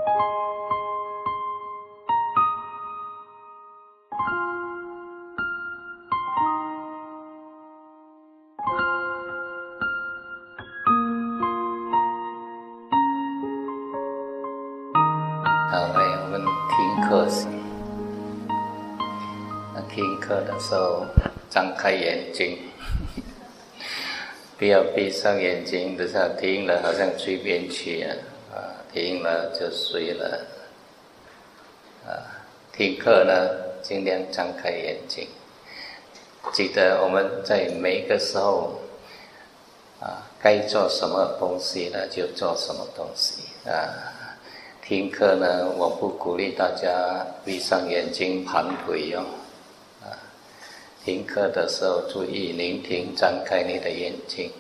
好，来我们听课时，听课的时候张开眼睛，不要闭上眼睛，不是听了好像随便去听了就睡了。听课呢，尽量张开眼睛。记得我们在每一个时候该做什么东西呢，就做什么东西听课呢，我不鼓励大家闭上眼睛盘腿听课的时候注意聆听，张开你的眼睛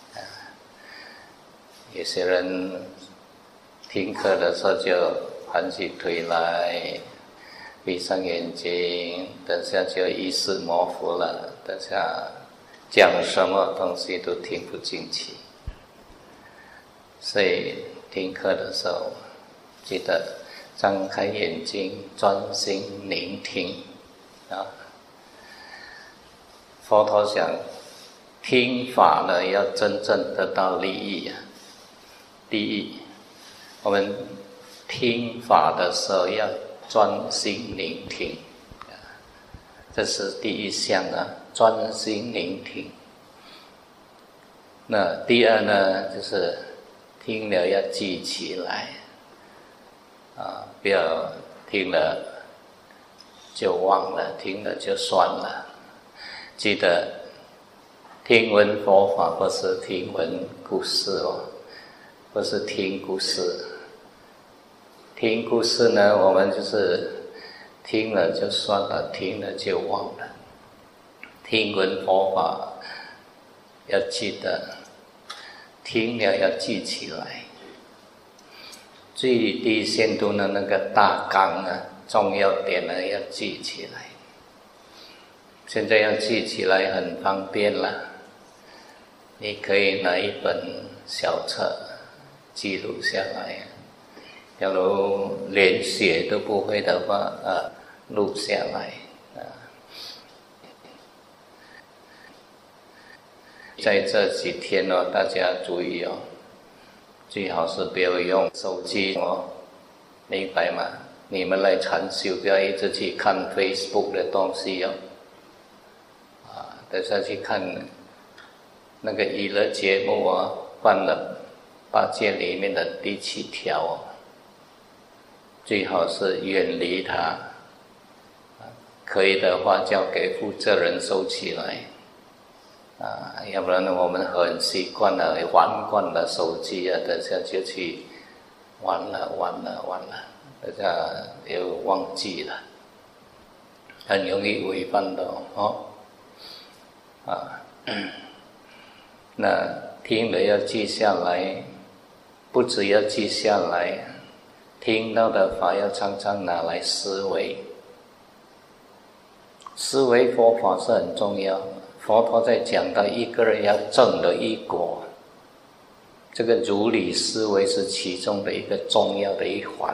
有些人听课的时候就盘起腿来，闭上眼睛，等下就意识模糊了，等下讲什么东西都听不进去。所以听课的时候记得张开眼睛，专心聆听佛陀讲听法呢，要真正得到利益第一，我们听法的时候要专心聆听这是第一项专心聆听。那第二呢，就是听了要记起来不要听了就忘了，听了就算了。记得听闻佛法不是听闻故事不是听故事。听故事呢，我们就是听了就算了，听了就忘了。听闻佛法要记得，听了要记起来。最低限度的那个大纲重要点呢要记起来。现在要记起来很方便了，你可以拿一本小册记录下来。假如连写都不会的话录下来在这几天大家注意最好是不要用手机明白吗？你们来禅修不要一直去看 Facebook 的东西等下去看那个娱乐节目犯了八戒里面的第7条最好是远离它可以的话交给负责人收起来要不然我们很习惯了玩惯了手机等下就去玩了，等下又忘记了，很容易违反的那听了要记下来，不只要记下来，听到的法要常常拿来思维。思维佛法是很重要。佛陀在讲到一个人要证得一果，这个如理思维是其中的一个重要的一环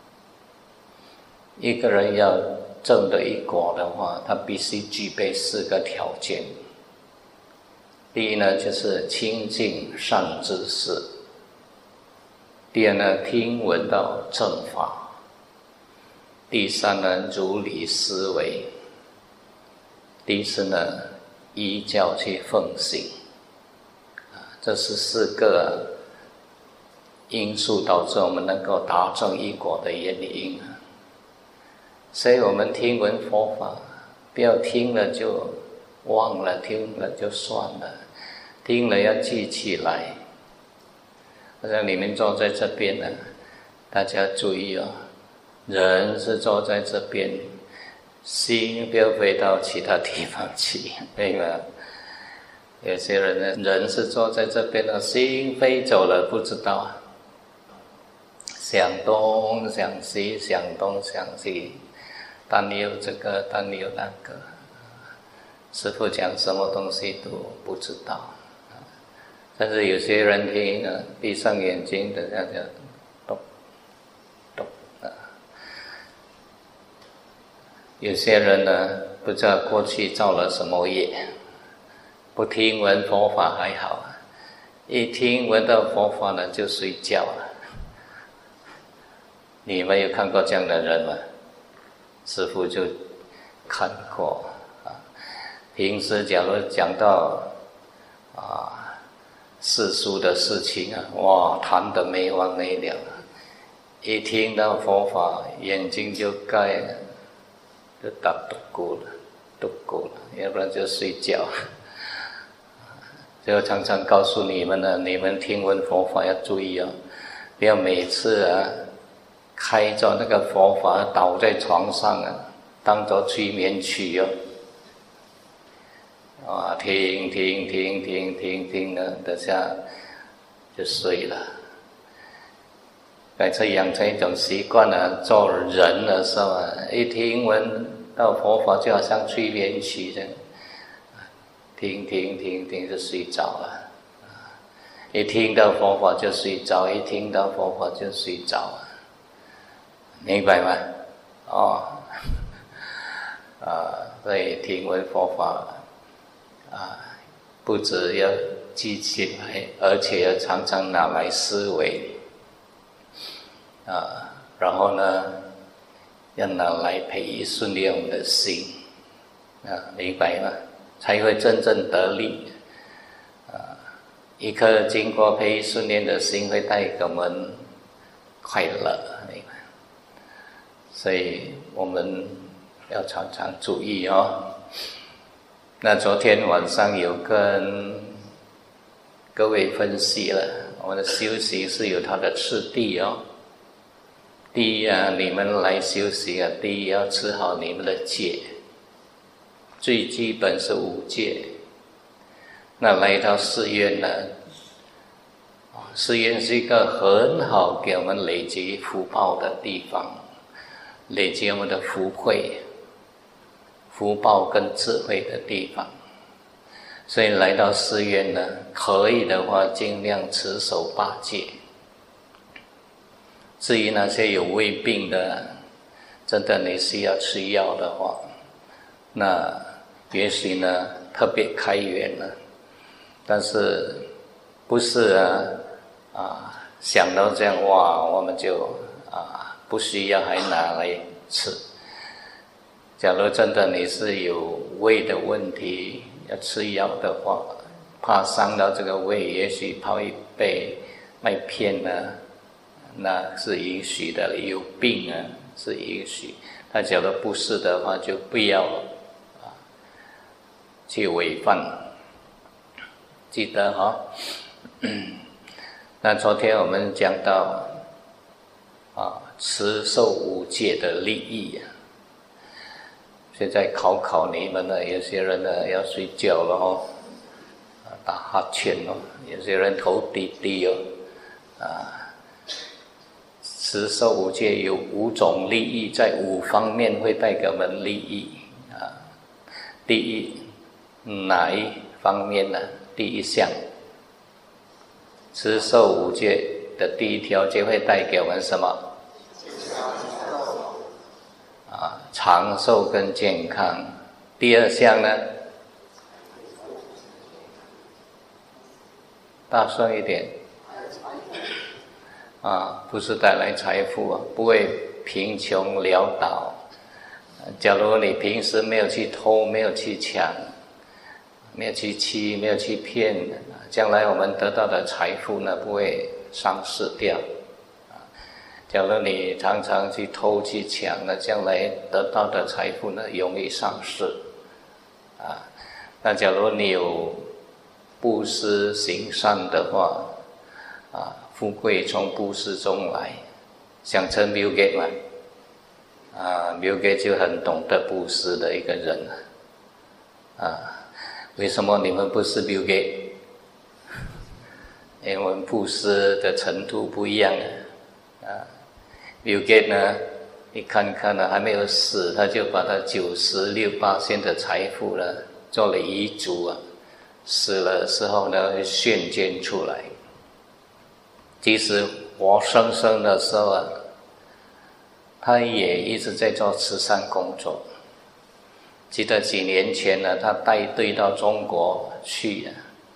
一个人要证得一果的话，他必须具备4个条件。第一呢，就是清净善知识；第二呢，听闻到正法；第三呢，如理思维；第四呢，依教去奉行这是4个因素导致我们能够达证一果的原因所以我们听闻佛法，不要听了就忘了，听了就算了，听了要记起来。好像你们坐在这边大家注意人是坐在这边，心不要飞到其他地方去，对吗？有些人人是坐在这边心飞走了不知道想东想西，想东想西，担忧这个担忧那个，师父讲什么东西都不知道但是有些人听闭上眼睛，等下就咚咚有些人呢，不知道过去造了什么业，不听闻佛法还好，一听闻到佛法呢就睡觉了。你们有看过这样的人吗？师父就看过啊。平时假如讲到世俗的事情啊，哇，谈得没完没了。一听到佛法，眼睛就盖了，就打盹咕了，要不然就睡觉。所以我常常告诉你们呢，你们听闻佛法要注意哦，不要每次开着那个佛法倒在床上当作催眠曲听呢，等下就睡了。改次养成一种习惯做人的时候一听闻到佛法就好像催眠曲这样，听就睡着了。一听到佛法就睡着，一听到佛法就睡着了，明白吗？所以听闻佛法不只要记起来，而且要常常拿来思维然后呢，要拿来培训练我们的心明白吗？才会真正得力一颗经过培训练的心会带给我们快乐，明白？所以我们要常常注意那昨天晚上有跟各位分析了，我们的修行是有它的次第第一你们来修行第一要持好你们的戒，最基本是5戒。那来到寺院呢，寺院是一个很好给我们累积福报的地方，累积我们的福慧、福报跟智慧的地方。所以来到寺院呢，可以的话尽量持守8戒。至于那些有胃病的，真的你需要吃药的话，那也许呢特别开源了，但是不是想到这样哇，我们就不需要还拿来吃。假如真的你是有胃的问题要吃药的话，怕伤到这个胃，也许泡一杯麦片那是允许的，有病是允许。他假如不是的话，就不要去违反，记得那昨天我们讲到持守5戒的利益现在考你们有些人要睡觉了打哈欠有些人头低低持守5戒有5种利益，在5方面会带给我们利益第一，哪一方面呢？第一项，持守5戒的第一条戒会带给我们什么？长寿跟健康。第二项呢？大声一点。不是带来财富不会贫穷潦倒。假如你平时没有去偷，没有去抢，没有去欺，没有去骗，将来我们得到的财富呢不会丧失掉。假如你常常去偷去抢，那将来得到的财富呢容易丧失。那假如你有布施行善的话，富贵从布施中来。想成 Bill Gates 吗？Bill Gates 就很懂得布施的一个人为什么你们不是 Bill Gates？ 因为我们布施的程度不一样Bill Gates 呢，你看看还没有死，他就把他96% 的财富呢做了遗嘱死了时候呢会现捐出来。即使活生生的时候他也一直在做慈善工作记得几年前呢，他带队到中国去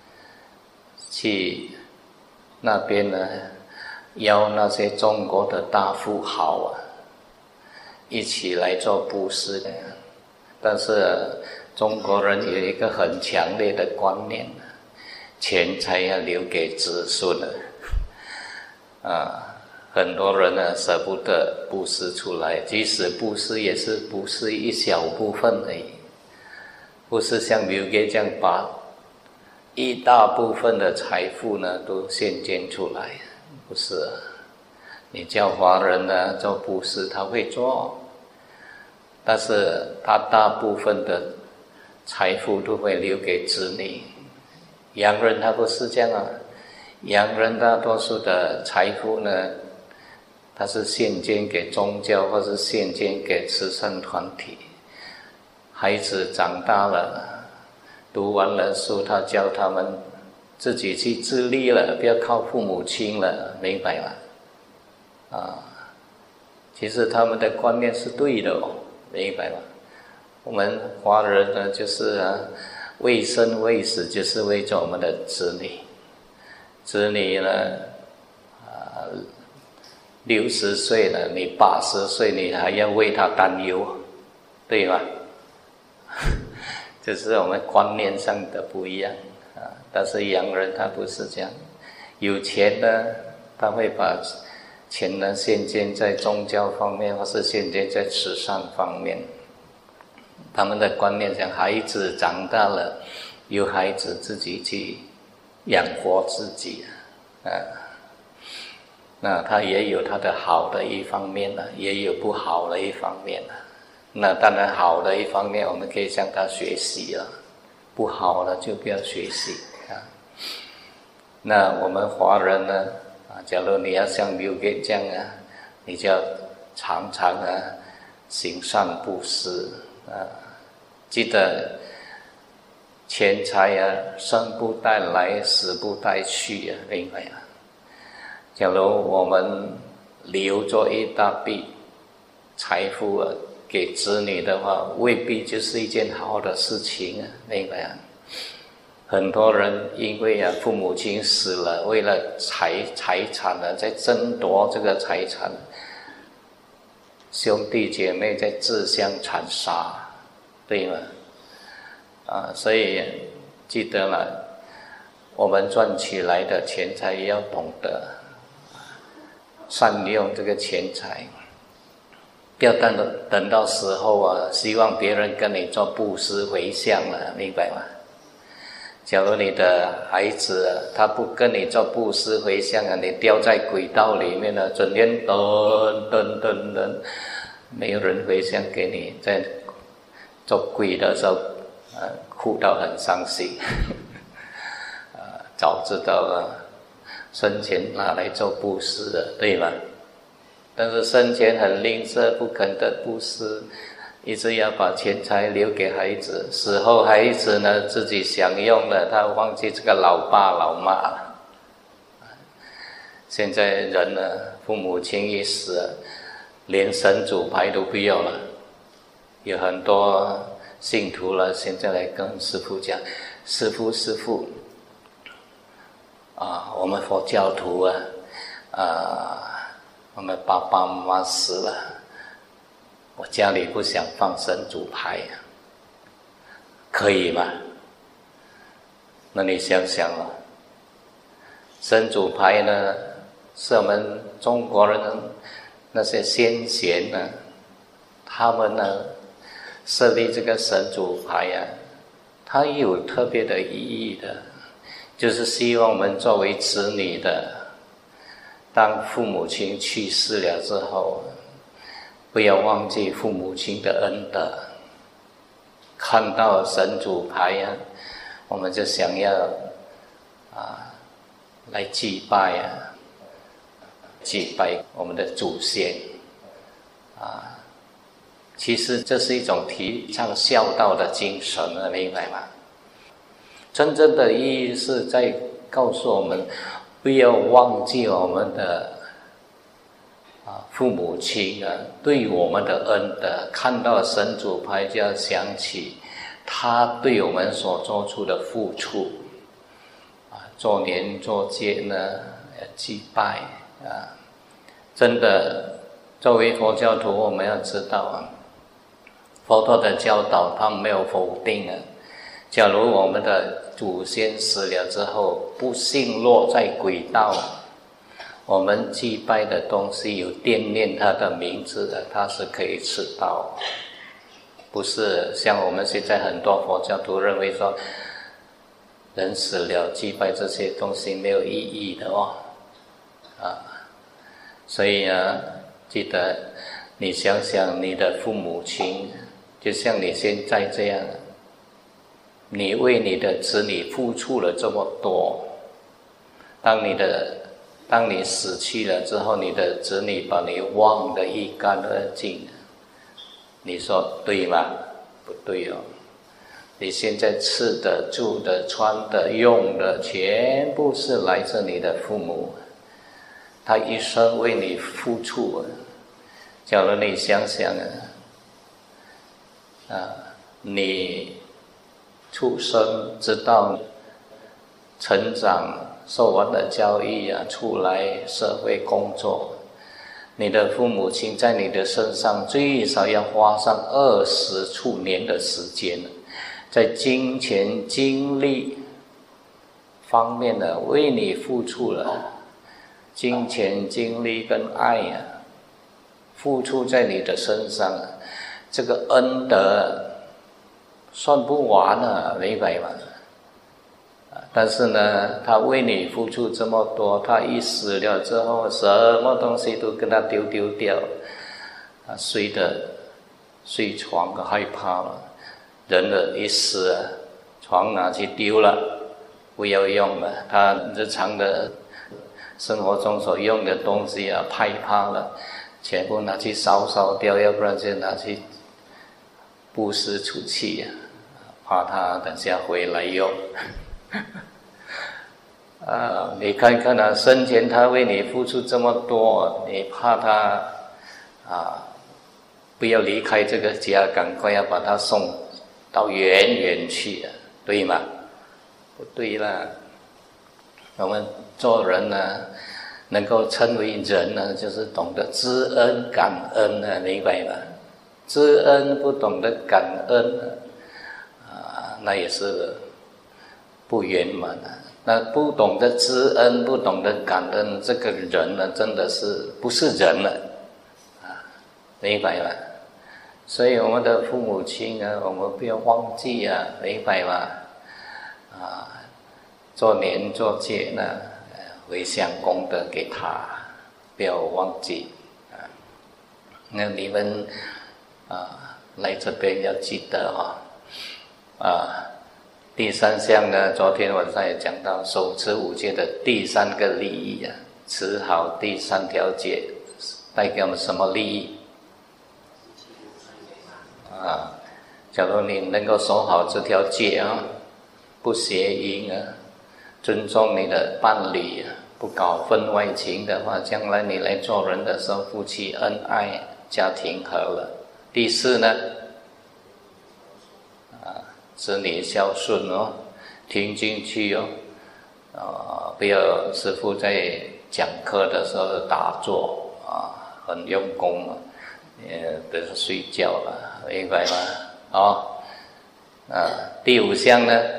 那边呢，邀那些中国的大富豪一起来做布施。但是中国人有一个很强烈的观念，钱财要留给子孙很多人呢舍不得布施出来，即使布施也是布施一小部分而已，不是像Bill Gates这样把一大部分的财富呢都献捐出来，不是。你叫华人呢做布施，他会做，但是他大部分的财富都会留给子女。洋人他不是这样洋人大多数的财富呢，他是献捐给宗教或是献捐给慈善团体。孩子长大了，读完了书，他教他们自己去自立了，不要靠父母亲了，明白吗？其实他们的观念是对的明白吗？我们华人呢，就是为生为死，就是为着我们的子女。子女呢，60岁了，你80岁，你还要为他担忧，对吗？这是我们观念上的不一样但是洋人他不是这样，有钱呢，他会把钱呢献捐在宗教方面，或是献捐在慈善方面。他们的观念讲，孩子长大了，由孩子自己去养活自己那他也有他的好的一方面也有不好的一方面那当然好的一方面我们可以向他学习不好的就不要学习那我们华人呢假如你要像Bill Gates这样你就要常常行善布施记得钱财生不带来，死不带去明白吗？假如我们留着一大笔财富给子女的话，未必就是一件好的事情明白吗？很多人因为父母亲死了，为了财产在争夺这个财产，兄弟姐妹在自相残杀，对吗？所以记得了，我们赚起来的钱财也要懂得善用这个钱财，不要等到时候希望别人跟你做布施回向了，明白吗？假如你的孩子他不跟你做布施回向你掉在轨道里面整天等，没有人回向给你，在做鬼的时候哭到很伤心早知道生前拿来做布施的，对吗？但是生前很吝啬，不肯得布施，一直要把钱财留给孩子，死后孩子呢自己享用了，他忘记这个老爸老妈了。现在人呢，父母亲一死，连神主牌都不要了。有很多信徒了，现在来跟师父讲，师父我们佛教徒我们爸爸妈妈死了，我家里不想放神主牌可以吗？那你想想神主牌呢，是我们中国人那些先贤呢，他们呢设立这个神主牌它有特别的意义的，就是希望我们作为子女的，当父母亲去世了之后，不要忘记父母亲的恩德。看到神主牌我们就想要来祭拜我们的祖先其实这是一种提倡孝道的精神明白吗？真正的意义是在告诉我们，不要忘记我父母亲对我们的恩德，看到神主牌就要想起他对我们所做出的付出做年做节呢祭拜真的作为佛教徒我们要知道佛陀的教导他没有否定假如我们的祖先死了之后不幸落在鬼道，我们祭拜的东西有惦念他的名字的，他是可以吃到，不是像我们现在很多佛教徒认为说人死了祭拜这些东西没有意义的所以记得你想想你的父母亲，就像你现在这样，你为你的子女付出了这么多，当你死去了之后，你的子女把你忘得一干二净，你说对吗？不对你现在吃的住的穿的用的全部是来自你的父母，他一生为你付出假如你想想你出生直到成长受完了教育出来社会工作，你的父母亲在你的身上最少要花上20处年的时间，在金钱精力方面为你付出了，金钱精力跟爱付出在你的身上这个恩德算不完明白吗？但是呢他为你付出这么多，他一死了之后什么东西都跟他丢掉睡床害怕了，人的一死床拿去丢了不要用了，他日常的生活中所用的东西害怕了全部拿去烧掉，要不然就拿去布施出去怕他等下回来用你看看生前他为你付出这么多，你怕他不要离开这个家，赶快要把他送到远远去对吗？不对啦，我们做人能够称为人就是懂得知恩感恩明白吗？知恩不懂得感恩那也是不圆满那不懂得知恩不懂得感恩，这个人真的是不是人了明白吗？所以我们的父母亲我们不要忘记明白吗？做年做节回向功德给他，不要忘记那你们来这边要记得第三项呢，昨天晚上也讲到手持五戒的第3个利益持好第3条戒带给我们什么利益假如你能够守好这条戒不邪淫尊重你的伴侣不搞婚外情的话，将来你来做人的时候夫妻恩爱，家庭和了。第4呢子女孝顺听进去不要师父在讲课的时候打坐很用功比如说睡觉了，明白吗？第5项呢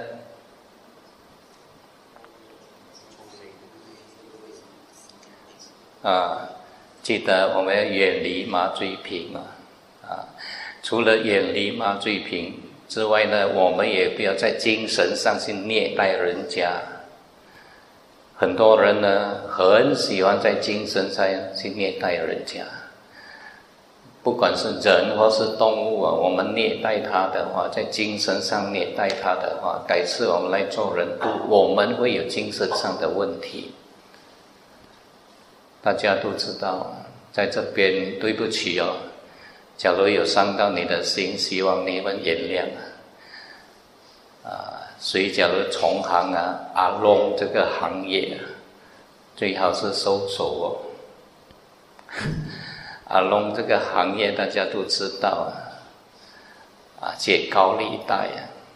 记得我们要远离麻醉品除了远离麻醉品之外呢，我们也不要在精神上去虐待人家。很多人呢很喜欢在精神上去虐待人家，不管是人或是动物我们虐待他的话，在精神上虐待他的话，改次我们来做人我们会有精神上的问题。大家都知道在这边对不起假如有伤到你的心，希望你们原谅谁假如从行阿龙这个行业最好是收手阿龙这个行业大家都知道借高利贷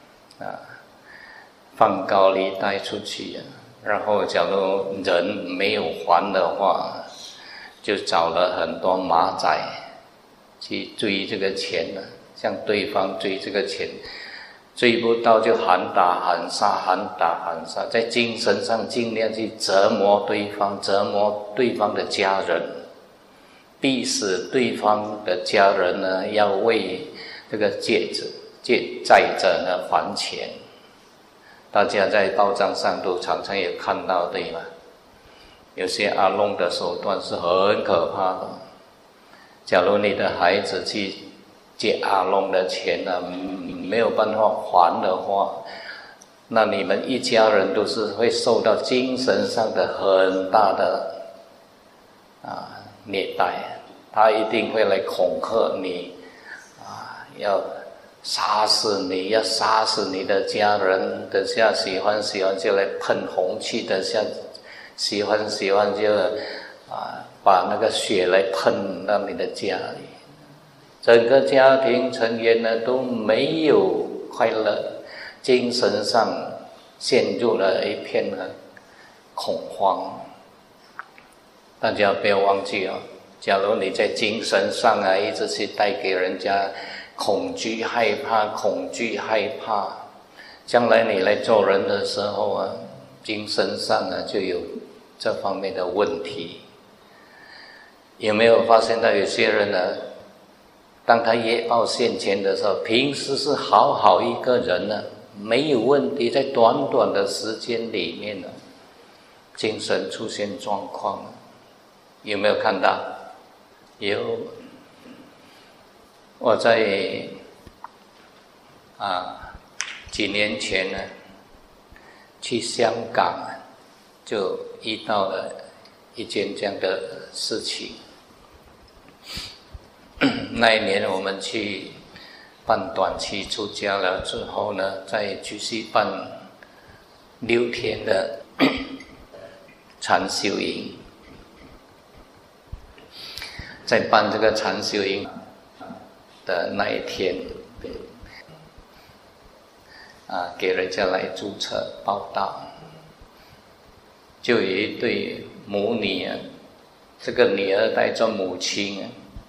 放高利贷出去然后假如人没有还的话，就找了很多马仔去追这个钱向对方追这个钱，追不到就喊打喊杀，喊打喊杀，在精神上尽量去折磨对方，折磨对方的家人，逼使对方的家人呢要为这个借债者呢还钱。大家在报章上都常常也看到，对吗？有些阿龙的手段是很可怕的。假如你的孩子去借阿龙的钱没有办法还的话，那你们一家人都是会受到精神上的很大的虐待。他一定会来恐吓你要杀死你，要杀死你的家人，等下喜欢就来喷红气，等下喜欢就把那个血来喷到你的家里，整个家庭成员呢都没有快乐，精神上陷入了一片恐慌。大家不要忘记假如你在精神上一直去带给人家恐惧害怕，将来你来做人的时候精神上就有这方面的问题。有没有发现到有些人当他业报现前的时候，平时是好一个人没有问题，在短短的时间里面精神出现状况有没有看到？有。我在几年前去香港就遇到了一件这样的事情。那一年我们去办短期出家了之后呢，再继续办6天的禅修营。在办这个禅修营的那一天给人家来注册报道，就有一对母女这个女儿带着母亲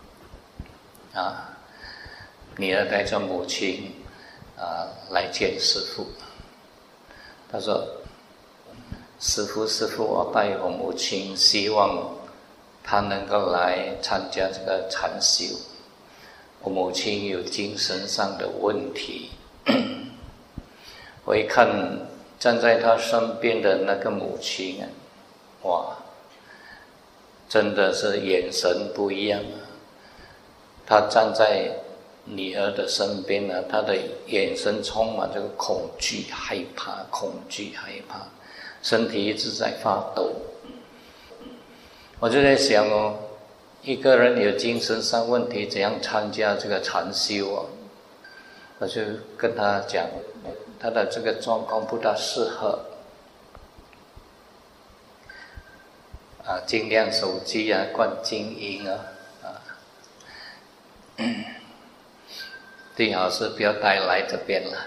女儿带着母亲来见师父。他说师父我带我母亲，希望她能够来参加这个禅修，我母亲有精神上的问题。我一看站在她身边的那个母亲哇，真的是眼神不一样她站在女儿的身边她的眼神充满这个恐惧害怕，身体一直在发抖。我就在想一个人有精神上问题，怎样参加这个禅修我就跟他讲，他的这个状况不大适合尽量手机关静音最好是不要带来这边了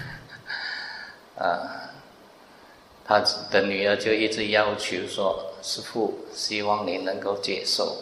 他的女儿就一直要求说，师父希望你能够接受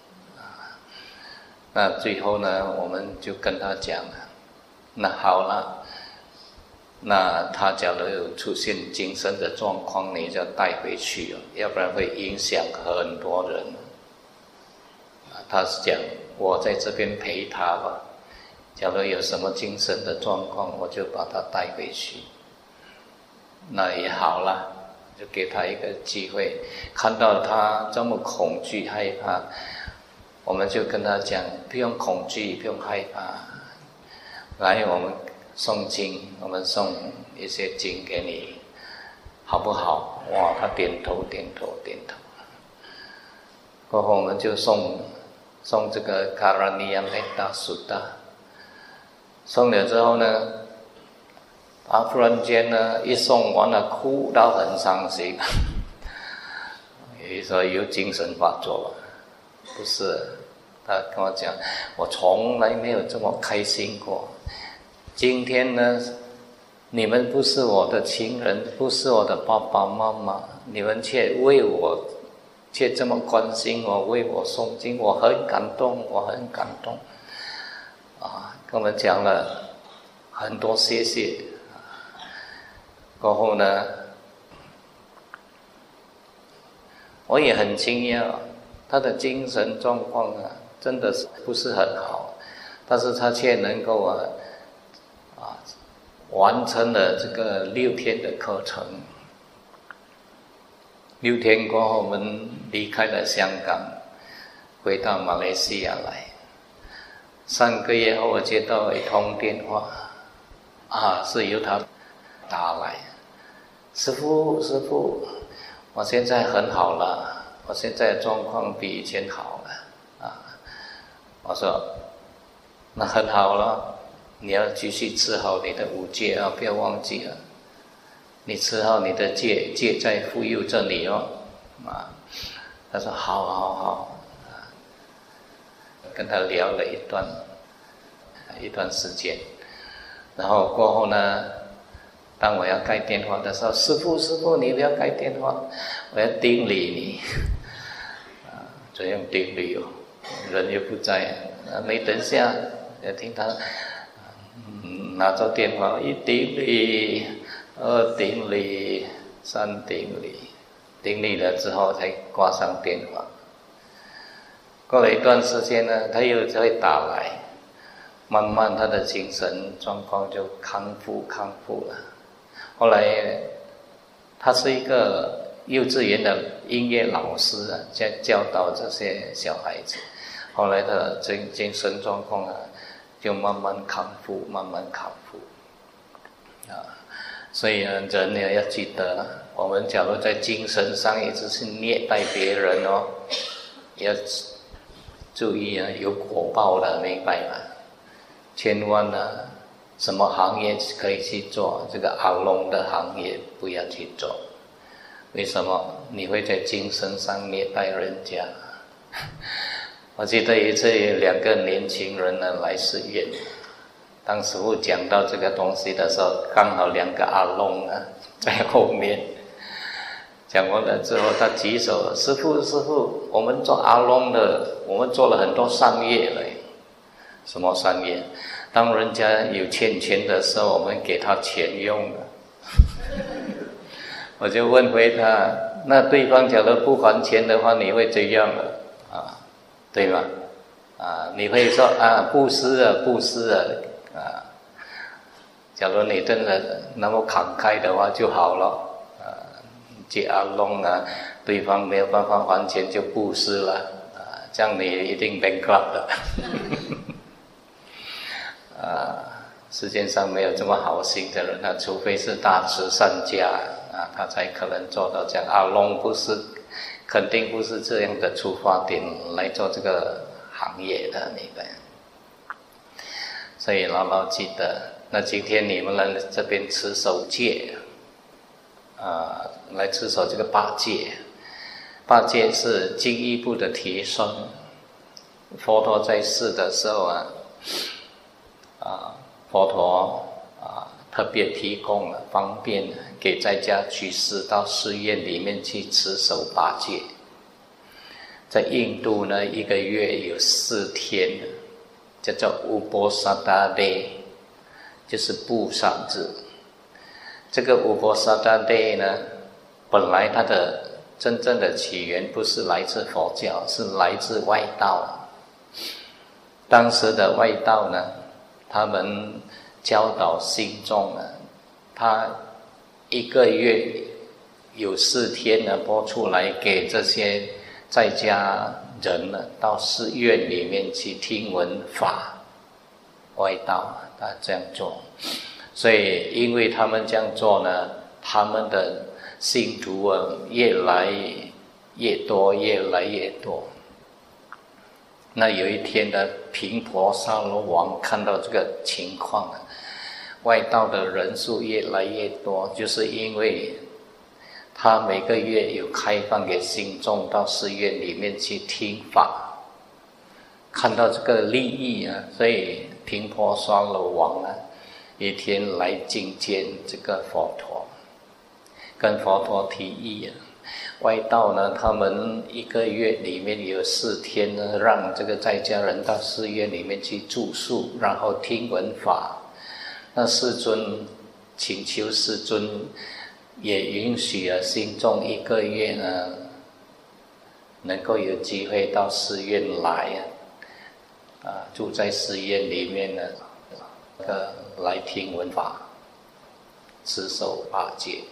那最后呢，我们就跟他讲了，那好了，那他假如有出现精神的状况，你就带回去要不然会影响很多人他是讲我在这边陪他吧，假如有什么精神的状况，我就把他带回去。那也好了，就给他一个机会。看到他这么恐惧害怕，我们就跟他讲，不用恐惧，不用害怕，来我们诵经，我们诵一些经给你，好不好？哇，他点头。过后我们就诵这个卡拉尼亚梅达苏达，诵了之后呢，他忽然间呢一诵完了，哭到很伤心。你说有精神发作吧？不是， 他跟我讲，我从来没有这么开心过。今天呢，你们不是我的亲人，不是我的爸爸妈妈，你们却为我，却这么关心我，为我诵经，我很感动，我很感动。跟我们讲了很多谢谢。过后呢，我也很惊讶，他的精神状况真的是不是很好，但是他却能够完成了这个6天的课程。6天过后，我们离开了香港，回到马来西亚来。3个月后，我接到一通电话，是由他打来，师父，我现在很好了，我现在状况比以前好了。我说那很好了，你要继续吃好你的5戒啊，不要忘记了，你吃好你的戒，戒在护佑着你哦。他说好，跟他聊了一段时间，然后过后呢，当我要盖电话的时候，师父，你不要盖电话，我要顶礼你。怎样顶礼哦？人又不在，你等下，要听他拿着电话，1顶礼，2顶礼，3顶礼，顶礼了之后才挂上电话。过了一段时间呢，他又会打来，慢慢他的精神状况就康复了。后来他是一个幼稚园的音乐老师教导这些小孩子。后来的精神状况就慢慢康复。所以人也要记得，我们假如在精神上一直是虐待别人要注意有果报的，明白吗？千万什么行业可以去做，这个阿龙的行业不要去做。为什么？你会在精神上虐待人家。我记得一次有2个年轻人来寺院，当师父讲到这个东西的时候，刚好2个阿龙在后面。讲完了之后，他举手，师父，我们做阿龙的，我们做了很多善业了。什么善业？当人家有欠钱的时候，我们给他钱用了。我就问回他，那对方假如不还钱的话，你会怎样对吗？你会说布施假如你真的那么慷慨的话就好了。接阿龙对方没有办法还钱就布施了，这样你一定 bankrupt 的。世界上没有这么好心的人，除非是大慈善家他才可能做到这样。阿龙不是，肯定不是这样的出发点来做这个行业的，明白？所以牢牢记得。那今天你们来这边持守戒，来持守这个8戒。8戒是进一步的提升。佛陀在世的时候佛陀特别提供了方便给在家居士到寺院里面去持守8戒。在印度呢，1个月有4天，叫做 Uposatha Day， 就是布萨日。这个 Uposatha Day 呢，本来它的真正的起源不是来自佛教，是来自外道。当时的外道呢，他们教导信众他1个月有4天拨出来给这些在家人到寺院里面去听闻法。外道他这样做，所以因为他们这样做呢，他们的信徒越来越多。那有一天的频婆沙罗王看到这个情况，外道的人数越来越多，就是因为他每个月有开放给信众到寺院里面去听法。 看到这个利益啊，所以频婆娑罗王啊，一天来觐见这个佛陀，跟佛陀提议啊，外道呢，他们1个月里面有4天呢，让这个在家人到寺院里面去住宿，然后听闻法。那世尊请求世尊也允许啊，信众1个月呢，能够有机会到寺院来住在寺院里面呢，来听闻法，持守8戒。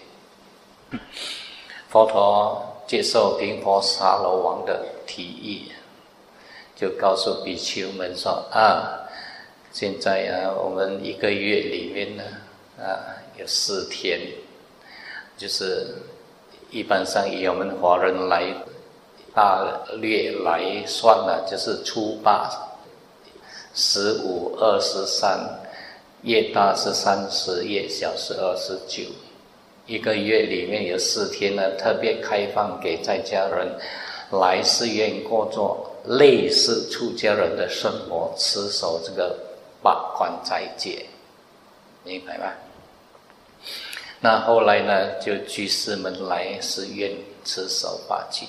佛陀接受频婆娑罗王的提议，就告诉比丘们说现在我们1个月里面呢有4天，就是一般上以我们华人来大略来算呢，就是初8、15、23，越大是30，越小是29。1个月里面有4天呢，特别开放给在家人来寺院过着类似出家人的生活，持守这个8关斋戒，明白吗？那后来呢，就居士们来寺院持守8戒。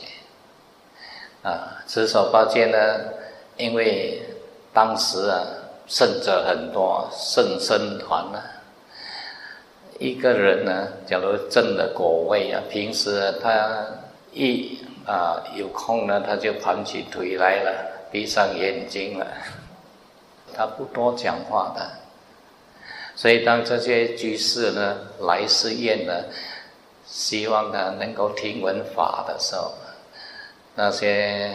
持守8戒呢，因为当时圣者很多，圣僧团一个人呢，假如证了果位平时他有空呢，他就盘起腿来了，闭上眼睛了，他不多讲话的。所以当这些居士呢来寺院呢，希望他能够听闻法的时候，那些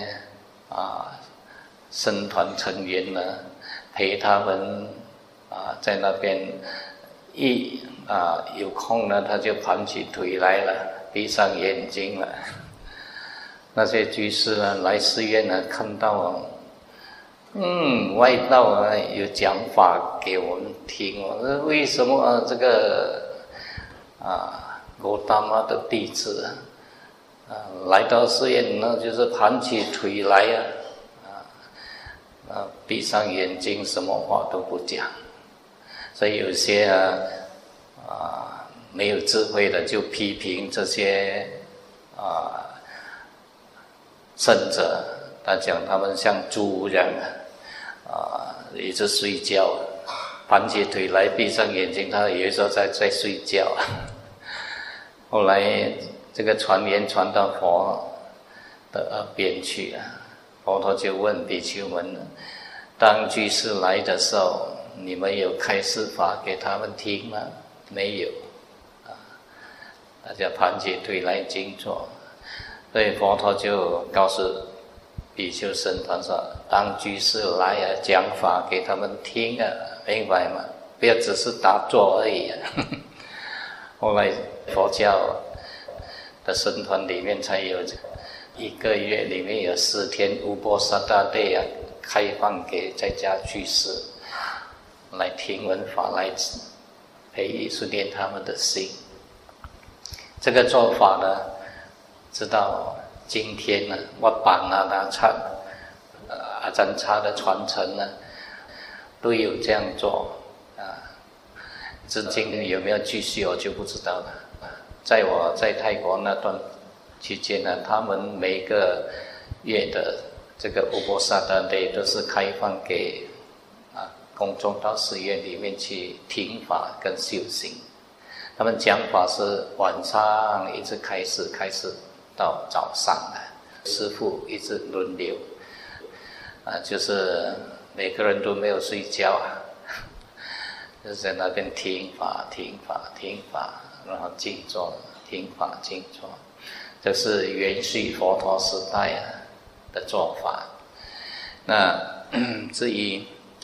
僧团成员呢陪他们在那边有空呢，他就盘起腿来了，闭上眼睛了。那些居士呢来寺院呢，看到外道有讲法给我们听，为什么这个罗达玛的弟子来到寺院呢，就是盘起腿来闭上眼睛，什么话都不讲。所以有些没有智慧的就批评这些圣者，他讲他们像猪一样一直睡觉，盘起腿来闭上眼睛，他以为说在睡觉。后来这个传言传到佛的耳边去了，佛陀就问比丘们，当居士来的时候，你们有开示法给他们听吗？没有大家盘起腿来静坐。所以佛陀就告诉比丘僧团说，当居士来讲法给他们听明白吗？不要只是打坐而已后来佛教的僧团里面才有1个月里面有4天乌波萨大帝开放给在家居士来听闻法，来培育训练他们的心。这个做法呢，直到今天呢，瓦班那刹阿占差的传承呢，都有这样做至今有没有继续我就不知道了。在我在泰国那段期间呢，他们每个月的这个乌波萨达帝都是开放给公众到寺院里面去听法跟修行。他们讲法是晚上一直开始到早上师父一直轮流就是每个人都没有睡觉就是在那边听法，然后静坐，听法静坐。这是延续佛陀时代的做法。那至于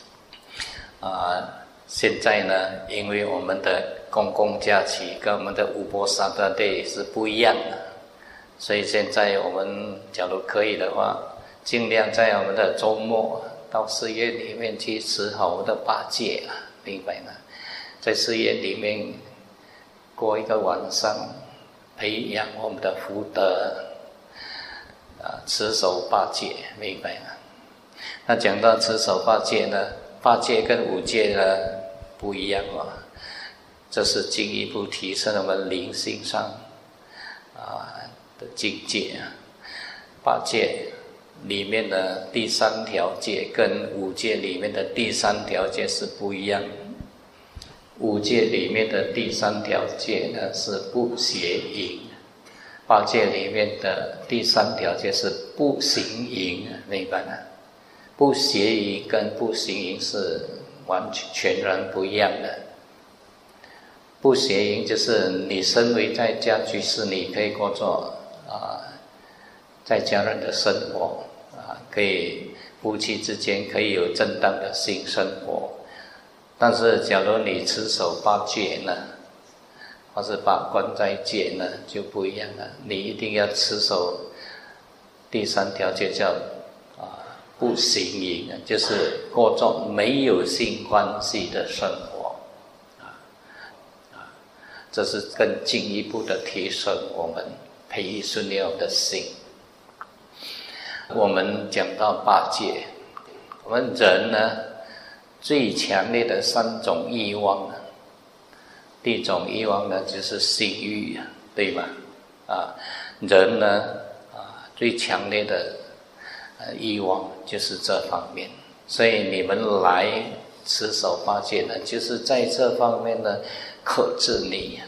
现在呢，因为我们的公共假期跟我们的乌波萨达帝是不一样的，所以现在我们假如可以的话，尽量在我们的周末到寺院里面去持好我们的8戒明白吗？在寺院里面过一个晚上，培养我们的福德持守8戒，明白吗？ 那讲到持守八戒呢，八戒跟五戒呢不一样这是进一步提升我们灵性上的境界八戒里面的第三条戒跟五戒里面的第三条戒是不一样的。五戒里面的第三条戒呢是不邪淫，八戒里面的第三条戒是不行淫，明白吗？不邪淫跟不行淫是完全然不一样的。不邪淫就是你身为在家居士，你可以过做在家人的生活可以夫妻之间可以有正当的性生活。但是假如你持守八戒呢，或是把关斋戒呢，就不一样了。你一定要持守第三条戒，叫不行淫，就是过着没有性关系的生活这是更进一步的提升我们培育顺利的心。我们讲到八戒，我们人呢最强烈的三种欲望第一种欲望呢就是性欲对吗？人呢最强烈的欲望就是这方面，所以你们来持守八戒呢，就是在这方面呢克制你，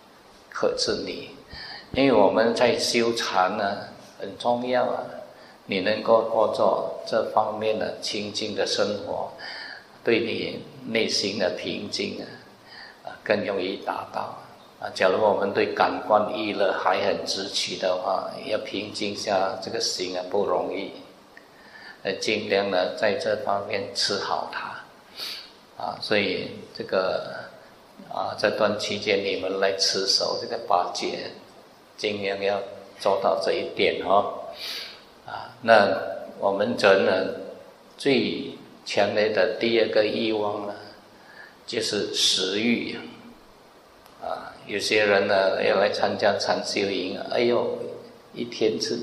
因为我们在修禅呢很重要你能够过做这方面的清净的生活，对你内心的平静更容易达到假如我们对感官娱乐还很执取的话，要平静下这个心不容易尽量呢在这方面吃好它所以这个这段期间你们来持守这个八戒，尽量要做到这一点那我们人呢最强烈的第二个欲望呢就是食欲有些人呢要来参加禅修营，哎呦一天吃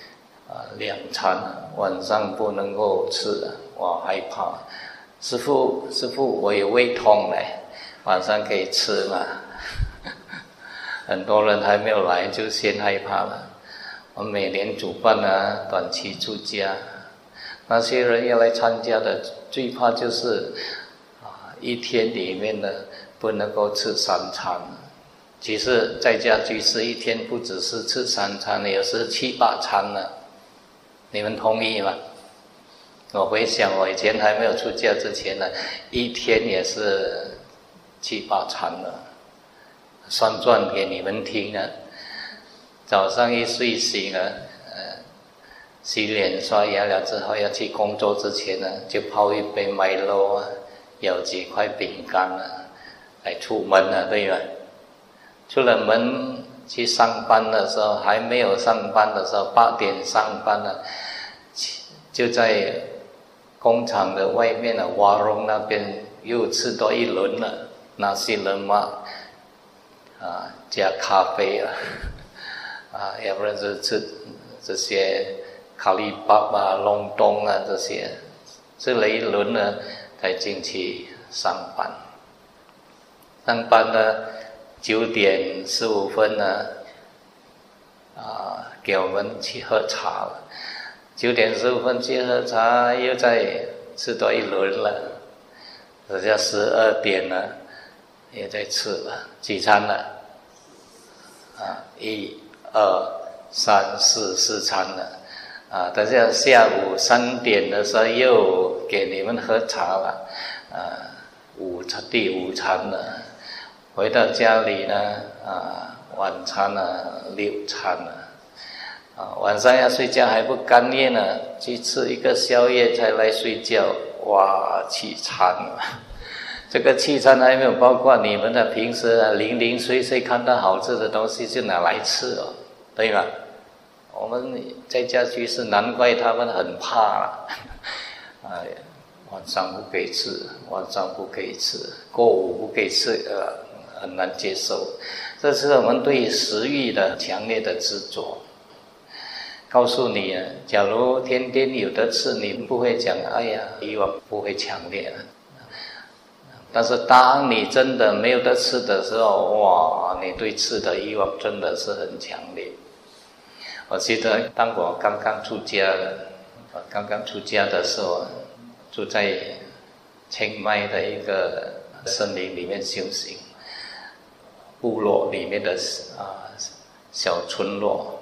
2餐晚上不能够吃我害怕。师父我有胃痛晚上可以吃吗？很多人还没有来就先害怕了。我每年主办短期出家，那些人要来参加的最怕就是一天里面呢不能够吃3餐。其实在家居士一天不只是吃3餐，有时7、8餐了。你们同意吗？我回想我以前还没有出家之前呢，一天也是7、8餐了。算算给你们听早上一睡醒洗脸刷牙了之后，要去工作之前呢，就泡一杯米露咬几块饼干来出门对吧？出了门去上班的时候，还没有上班的时候，8点上班就在工厂的外面瓦隆那边又吃多一轮了，那些人嘛加咖啡要不然就吃这些卡利巴隆冬这些，吃了一轮呢才进去上班。上班呢9点15分呢给我们去喝茶了。9点15分去喝茶，又再吃多一轮了，这叫12点呢也在吃了。几餐了1、2、3、4餐了等下下午3点的时候又给你们喝茶了第5餐了。回到家里呢晚餐6餐了晚上要睡觉还不甘愿呢，去吃一个宵夜才来睡觉，哇7餐了。这个7餐还没有包括你们的平时零零碎碎看到好吃的东西就拿来吃对吧？我们在家居士难怪他们很怕晚上不可以吃，过午不可以吃很难接受。这是我们对食欲的强烈的执着。 告诉你啊，假如天天有得吃，你不会讲哎呀欲望不会强烈了。但是当你真的没有得吃的时候，哇，你对吃的欲望真的是很强烈。我记得当我刚刚出家的时候，住在清迈的一个森林里面修行，部落里面的小村落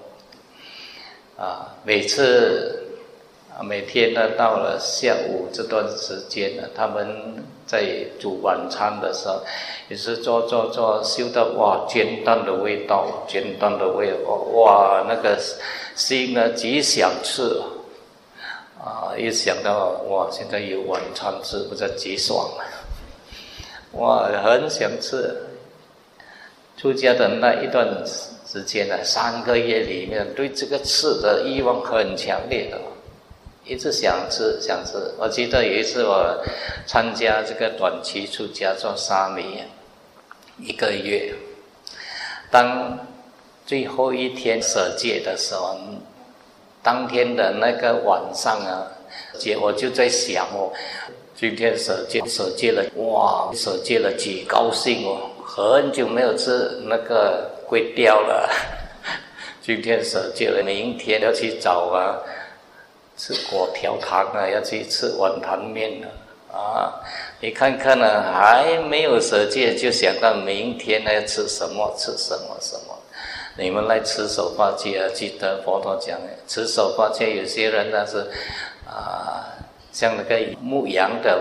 每天呢到了下午这段时间呢，他们在煮晚餐的时候，也是做嗅到哇煎蛋的味道，哇那个心呢极想吃一想到哇现在有晚餐吃，不知道极爽了，哇很想吃。出家的那一段时间呢，3个月里面对这个吃的欲望很强烈的，一直想吃。我记得有一次我参加这个短期出家做沙弥1个月，当最后一天舍戒的时候，当天的那个晚上啊，我就在想今天舍戒了，哇，舍戒了几高兴很久没有吃那个粿条了，今天舍戒了，明天要去找吃粿条汤要去吃碗汤面了你看看还没有舍戒，就想到明天要吃什么。你们来持守法戒记得佛陀讲持守法戒，有些人是像那个牧羊的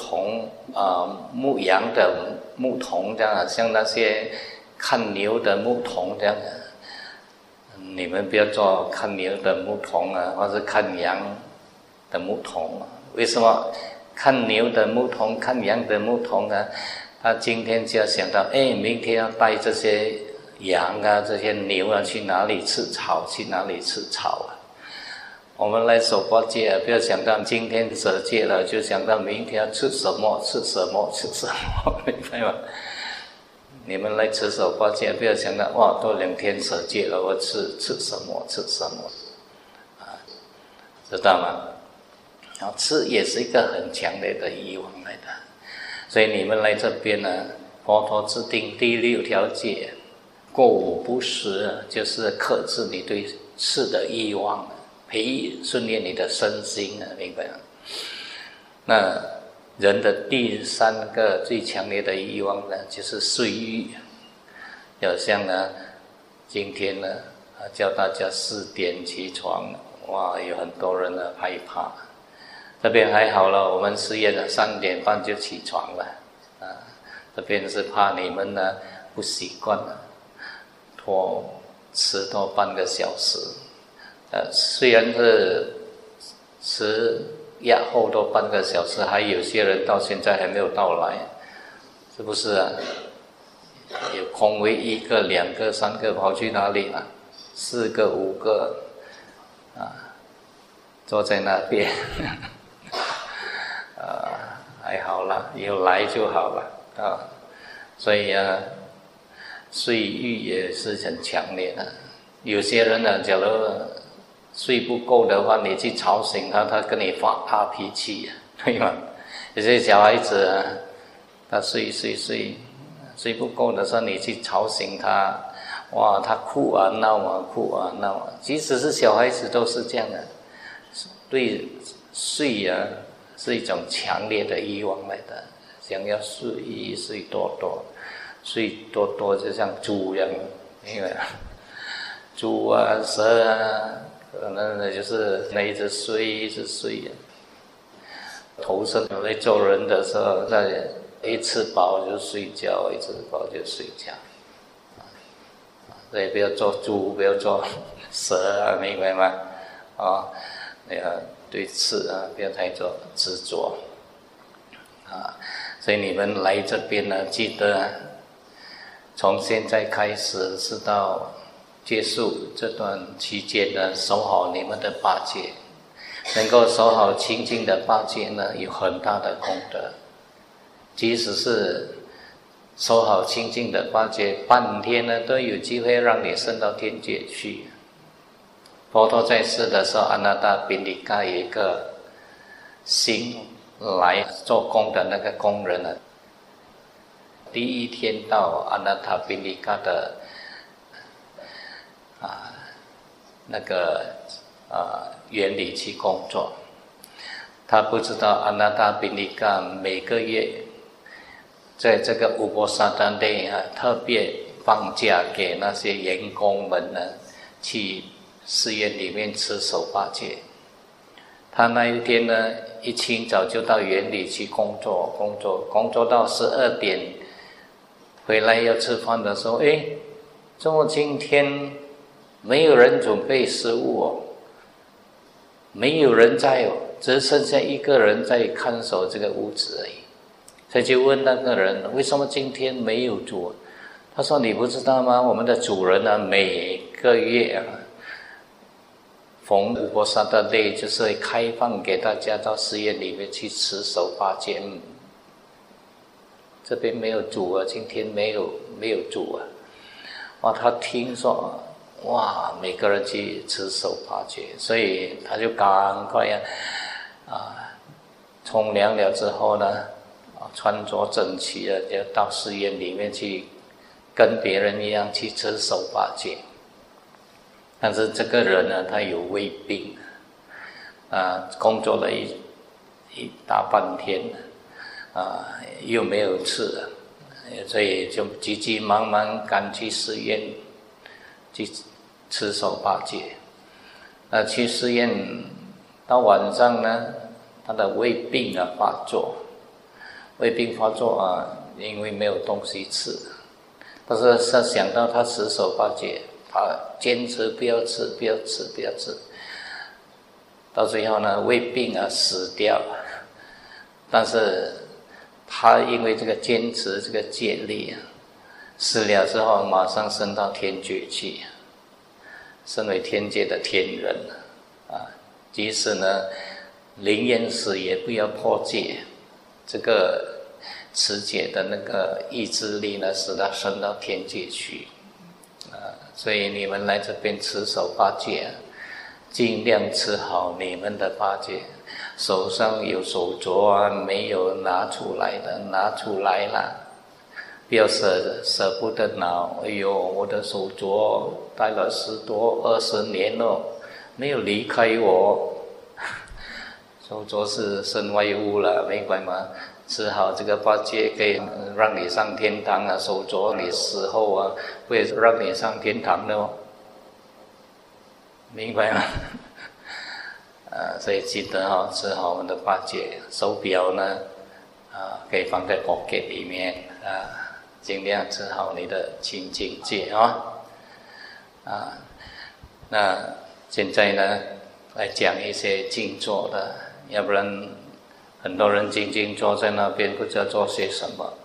牧童这样，像那些看牛的牧童这样。你们不要做看牛的牧童或者看羊的牧童。为什么看牛的牧童、看羊的牧童他今天就要想到，明天要带这些羊这些牛去哪里吃草，我们来守法戒不要想到今天舍戒了，就想到明天要吃什么，明白吗？你们来持守法戒，不要想到哇，多2天舍戒了，我吃什么知道吗？吃也是一个很强烈的欲望来的，所以你们来这边佛陀制定第6条戒，过午不食，就是克制你对吃的欲望，训练你的身心明白吗？那人的第3个最强烈的欲望就是睡欲。要像今天叫大家4点起床，哇，有很多人害怕。这边还好了，我们寺院3点半就起床了这边是怕你们不习惯迟多半个小时虽然是迟压后多半个小时，还有些人到现在还没有到来，是不是有空位1个、2个、3个跑去哪里了？4个、5个坐在那边还好了，有来就好了所以睡欲也是很强烈的。有些人假如睡不够的话，你去吵醒他跟你发脾气对吗？有些小孩子他睡不够的时候，你去吵醒他，哇，他哭闹即使是小孩子都是这样的。对睡是一种强烈的欲望来的，想要睡多多，就像猪一样，因为猪蛇可能就是那一直睡投生在做人的时候，一吃饱就睡觉，一吃饱就睡觉所以不要做猪，不要做蛇明白吗？对吃不要太做执着所以你们来这边记得从现在开始直到结束这段期间守好你们的八戒，能够守好清净的八戒有很大的功德。即使是守好清净的八戒，半天都有机会让你升到天界去。 佛陀在世的时候，阿那达宾利嘎有一个新来做工的那个工人呢，第一天到阿那达宾利嘎的那个园里去工作，他不知道阿那达宾利嘎每个月在这个乌波萨达内特别放假给那些员工们呢去寺院里面吃手八戒。他那一天呢，一清早就到园里去工作到12点，回来要吃饭的时候，怎么今天没有人准备食物哦？没有人在哦，只剩下一个人在看守这个屋子而已。所以就问那个人，为什么今天没有煮？他说：“你不知道吗？我们的主人呢，每个月逢五波萨的内，就是会开放给大家到寺院里面去吃手八戒。这边没有煮啊，今天没有煮啊。”哇，他听说，哇，每个人去吃手八戒，所以他就赶快冲凉了之后呢，穿着整齐了，就到寺院里面去，跟别人一样去吃手八戒。但是这个人呢，他有胃病，工作了一大半天，又没有吃，所以就急急忙忙赶去寺院去吃手八戒。去寺院到晚上呢，他的胃病发作，因为没有东西吃，但是他想到他吃手八戒，他坚持不要吃，到最后呢，胃病死掉了。但是他因为这个坚持这个戒律死了之后，马上升到天界去，升为天界的天人即使呢临淹死也不要破戒，这个持戒的那个意志力呢，使他升到天界去。所以你们来这边持手八戒，尽量持好你们的八戒。手上有手镯没有拿出来的，拿出来了，不要舍不得拿。哎呦，我的手镯戴了10多20年了，没有离开我。手镯是身外物了，明白吗？吃好这个八戒可以让你上天堂手镯你死后会让你上天堂的哦，明白吗？所以记得吃好我们的八戒。手表呢可以放在 pocket 里面尽量吃好你的清净戒那现在呢来讲一些静坐的，要不然很多人静静坐在那边不知道做些什么。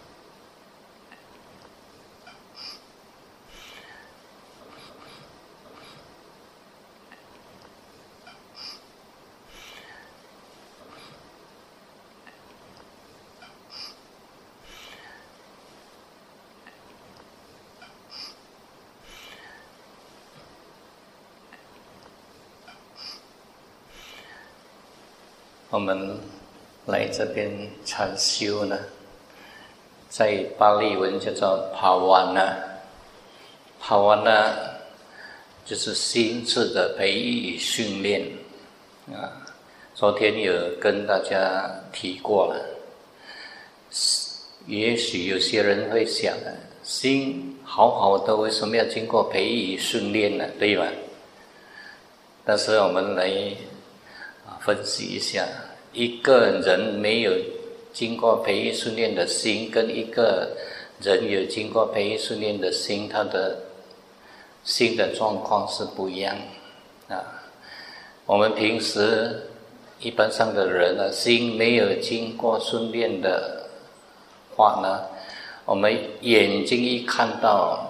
我们来这边禅修呢，在巴利文叫做帕瓦那，帕瓦那就是心智的培育与训练昨天有跟大家提过了。也许有些人会想心好好的，为什么要经过培育与训练呢？对吧？但是我们来分析一下，一个人没有经过培育训练的心，跟一个人有经过培育训练的心，他的心的状况是不一样我们平时一般上的人呢，心没有经过训练的话呢，我们眼睛一看到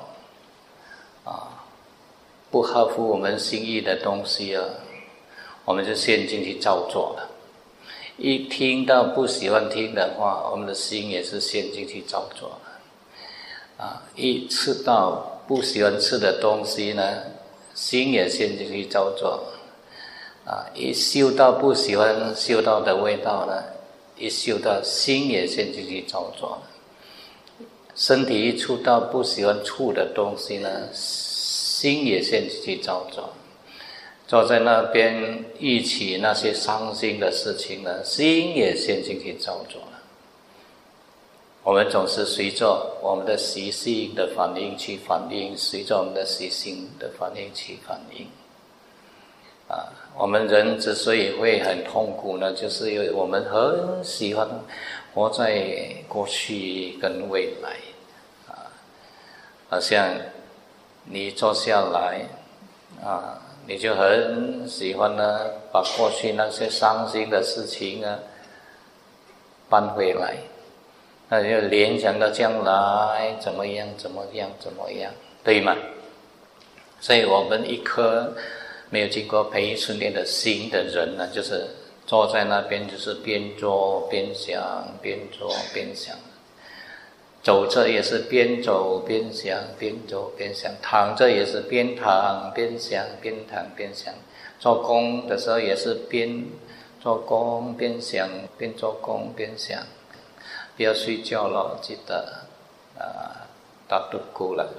不合乎我们心意的东西我们就陷进去照做了。一听到不喜欢听的话，我们的心也是陷进去照做了一吃到不喜欢吃的东西呢， 心也陷进去造作。一嗅到不喜欢嗅到的味道呢，一嗅到心也陷进去造作。身体一触到不喜欢触的东西呢，心也陷进去造作。坐在那边忆起那些伤心的事情呢，心也陷进去造作了。我们总是随着我们的习性的反应去反应，随着我们的习性的反应去反应。我们人之所以会很痛苦呢，就是因为我们很喜欢活在过去跟未来。好像你坐下来你就很喜欢呢，把过去那些伤心的事情搬回来，那就联想到将来怎么样，对吗？所以我们一颗没有经过培育训练的心的人呢，就是坐在那边就是边做边想，边做边想，走着也是边走边想，边走边想，躺着也是边躺边想，边躺边想，做工的时候也是边做工边想，边做工边想。不要睡觉了，记得打盹咕了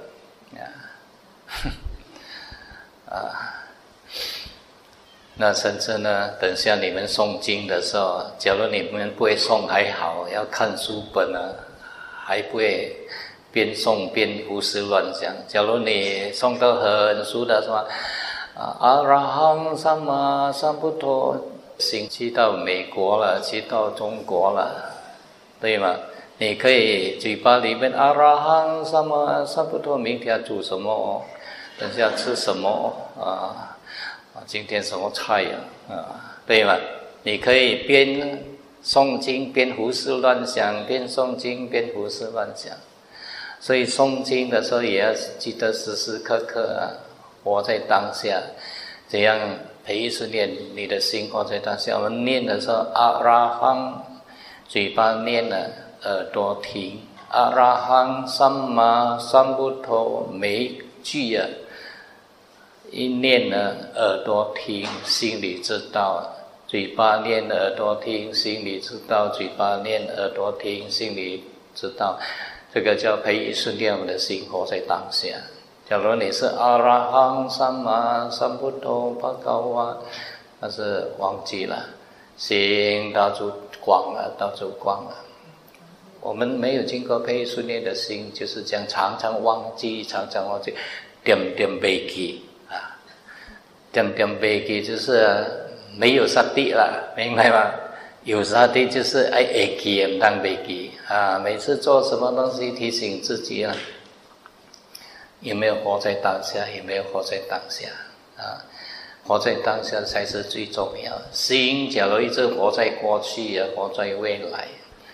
那甚至呢，等下你们诵经的时候，假如你们不会诵还好，要看书本还不会边诵边胡思乱想。假如你诵得很熟的是吧？阿拉罕萨玛萨布陀，行去到美国了，去到中国了，对吗？你可以嘴巴里面阿拉罕萨玛萨布陀，明天煮什么？等下吃什么今天什么菜对吗？你可以边诵经边胡思乱想，边诵经边胡思乱想。所以诵经的时候也要记得时时刻刻活在当下，怎样培育训练你的心活在当下。我们念的时候阿拉罕，嘴巴念了，耳朵听。阿拉罕萨玛萨布陀，每一句一念呢，耳朵听，心里知道；嘴巴念，耳朵听，心里知道；嘴巴念，耳朵听，心里知道。这个叫培育训练我们的心活在当下。假如你是阿拉罕萨玛萨布陀巴嘎哇，但是忘记了，心到处逛了，到处逛了。我们没有经过培育训练的心，就是这样常常忘记，点点背记点点背记就是没有萨地了，明白吗？有萨地就是会记唔当背记每次做什么东西提醒自己了，有没有活在当下？有没有活在当下活在当下才是最重要。心假如一直活在过去活在未来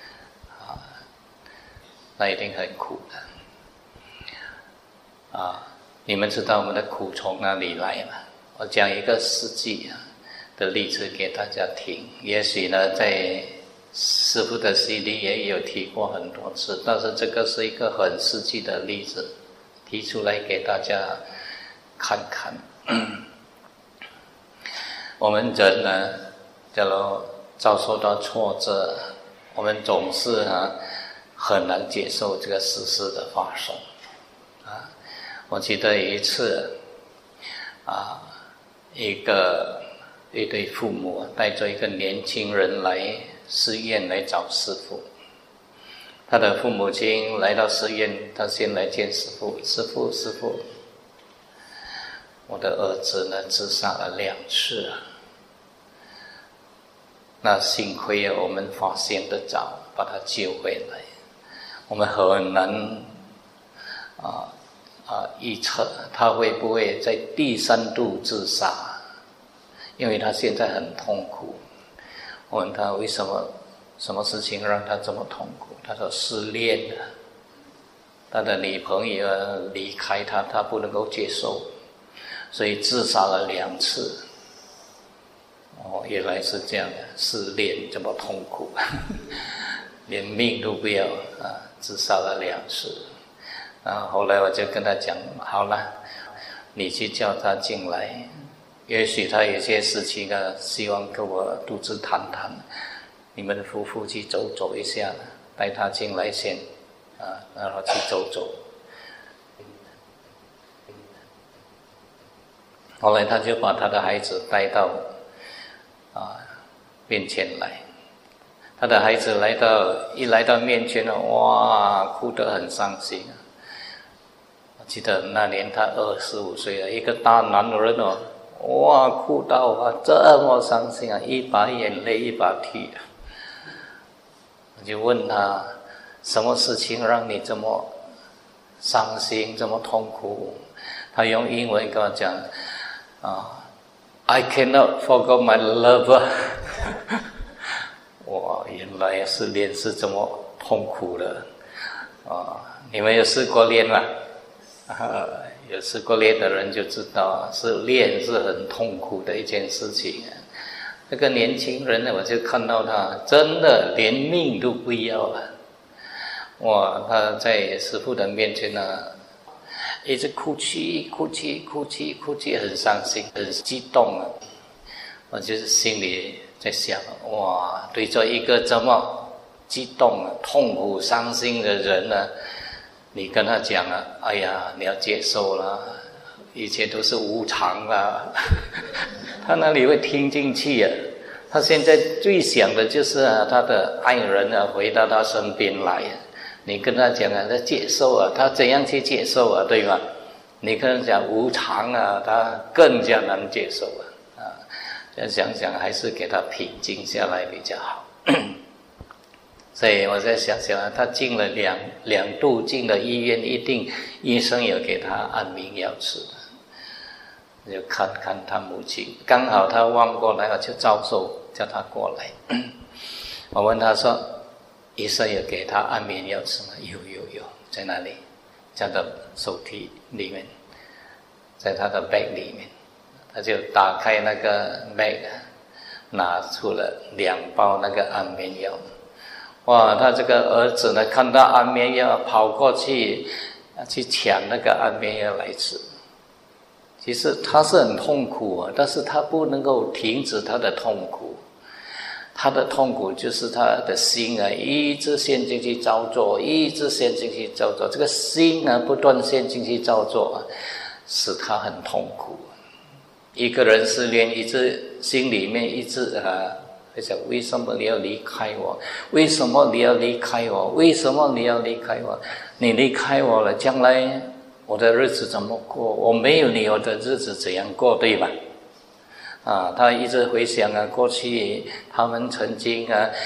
那一定很苦的你们知道我们的苦从哪里来吗？我讲一个实际的例子给大家听。也许呢，在师父的CD也有提过很多次，但是这个是一个很实际的例子，提出来给大家看看。我们人呢，假如遭受到挫折，我们总是很难接受这个事实的发生我记得有一次一对父母带着一个年轻人来寺院来找师父。他的父母亲来到寺院，他先来见师父。师父，我的儿子呢自杀了2次那幸亏我们发现得早，把他救回来。我们很难预测他会不会在第3度自杀，因为他现在很痛苦。我问他为什么事情让他这么痛苦，他说失恋了，他的女朋友离开他，他不能够接受，所以自杀了2次。原来是这样的，失恋这么痛苦连命都不要自杀了2次。后来我就跟他讲，好了， 你去叫他进来，也许他有些事情啊，希望跟我独自谈谈，你们夫妇去走走一下，带他进来先，然后去走走。后来他就把他的孩子带到面前来，他的孩子一来到面前了，哇，哭得很伤心。我记得那年他25岁了，一个大男人哦，哇，哭到这么伤心啊，一把眼泪一把涕。我就问他，什么事情让你这么伤心，这么痛苦？他用英文跟我讲I cannot forget my lover 哇，原来是恋是这么痛苦的你们有试过恋吗？有试过恋的人就知道，是恋是很痛苦的一件事情。那个年轻人呢，我就看到他真的连命都不要了。哇，他在师父的面前呢，一直哭泣，很伤心，很激动。我就是心里在想，哇，对着一个这么激动、痛苦、伤心的人呢，你跟他讲哎呀，你要接受了，一切都是无常啦，他哪里会听进去啊？他现在最想的就是他的爱人回到他身边来。你跟他讲他接受他怎样去接受对吧？你跟他讲无常他更加难接受要想想还是给他平静下来比较好。所以我再想想他进了两度进了医院，一定医生有给他安眠药吃的。就看看他母亲，刚好他望过来，我就招手叫他过来。我问他说，医生有给他安眠药吃吗？有，在哪里？在他的手提里面，在他的 bag 里面。他就打开那个 bag， 拿出了2包那个安眠药。哇，他这个儿子呢，看到安眠药跑过去抢那个安眠药来吃。其实他是很痛苦但是他不能够停止他的痛苦。他的痛苦就是他的心一直陷进去造作，这个心不断陷进去造作使他很痛苦。一个人失恋，一直心里面一直会想，为什么你要离开我？为什么你要离开我？为什么你要离开我？你离开我了，将来我的日子怎么过？我没有你，我的日子怎样过，对吧？他一直回想过去他们曾经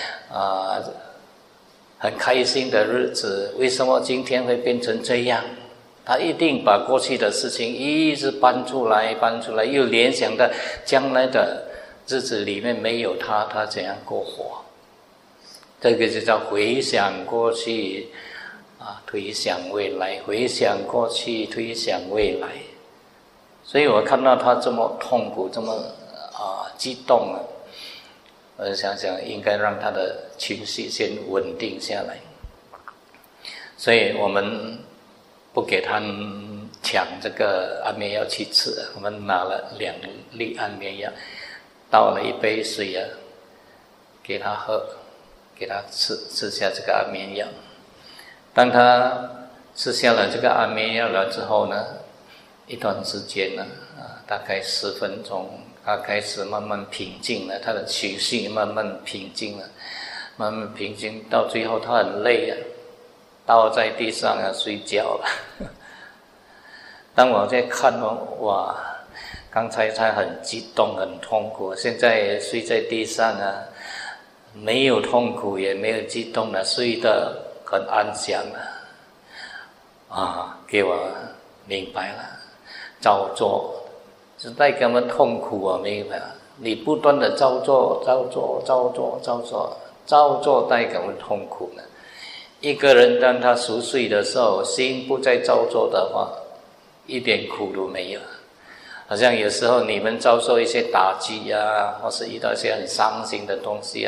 很开心的日子，为什么今天会变成这样？他一定把过去的事情一直搬出来，又联想到将来的日子里面没有他怎样过活？这个就叫回想过去推想未来，回想过去，推想未来。所以我看到他这么痛苦，这么激动我想想应该让他的情绪先稳定下来。所以我们不给他抢这个安眠药去吃，我们拿了2粒安眠药，倒了1杯水给他喝，给他吃下这个安眠药。当他吃下了这个安眠药了之后呢，一段时间大概10分钟，他开始慢慢平静了，他的情绪慢慢平静了，到最后他很累倒在地上睡觉了。当我在看哇，刚才他很激动很痛苦，现在睡在地上没有痛苦也没有激动了，睡得很安详给我明白了，造作是带给我们痛苦明白了。你不断的造作带给我们痛苦呢。一个人当他熟睡的时候，心不再造作的话，一点苦都没有。好像有时候你们遭受一些打击或是遇到一些很伤心的东西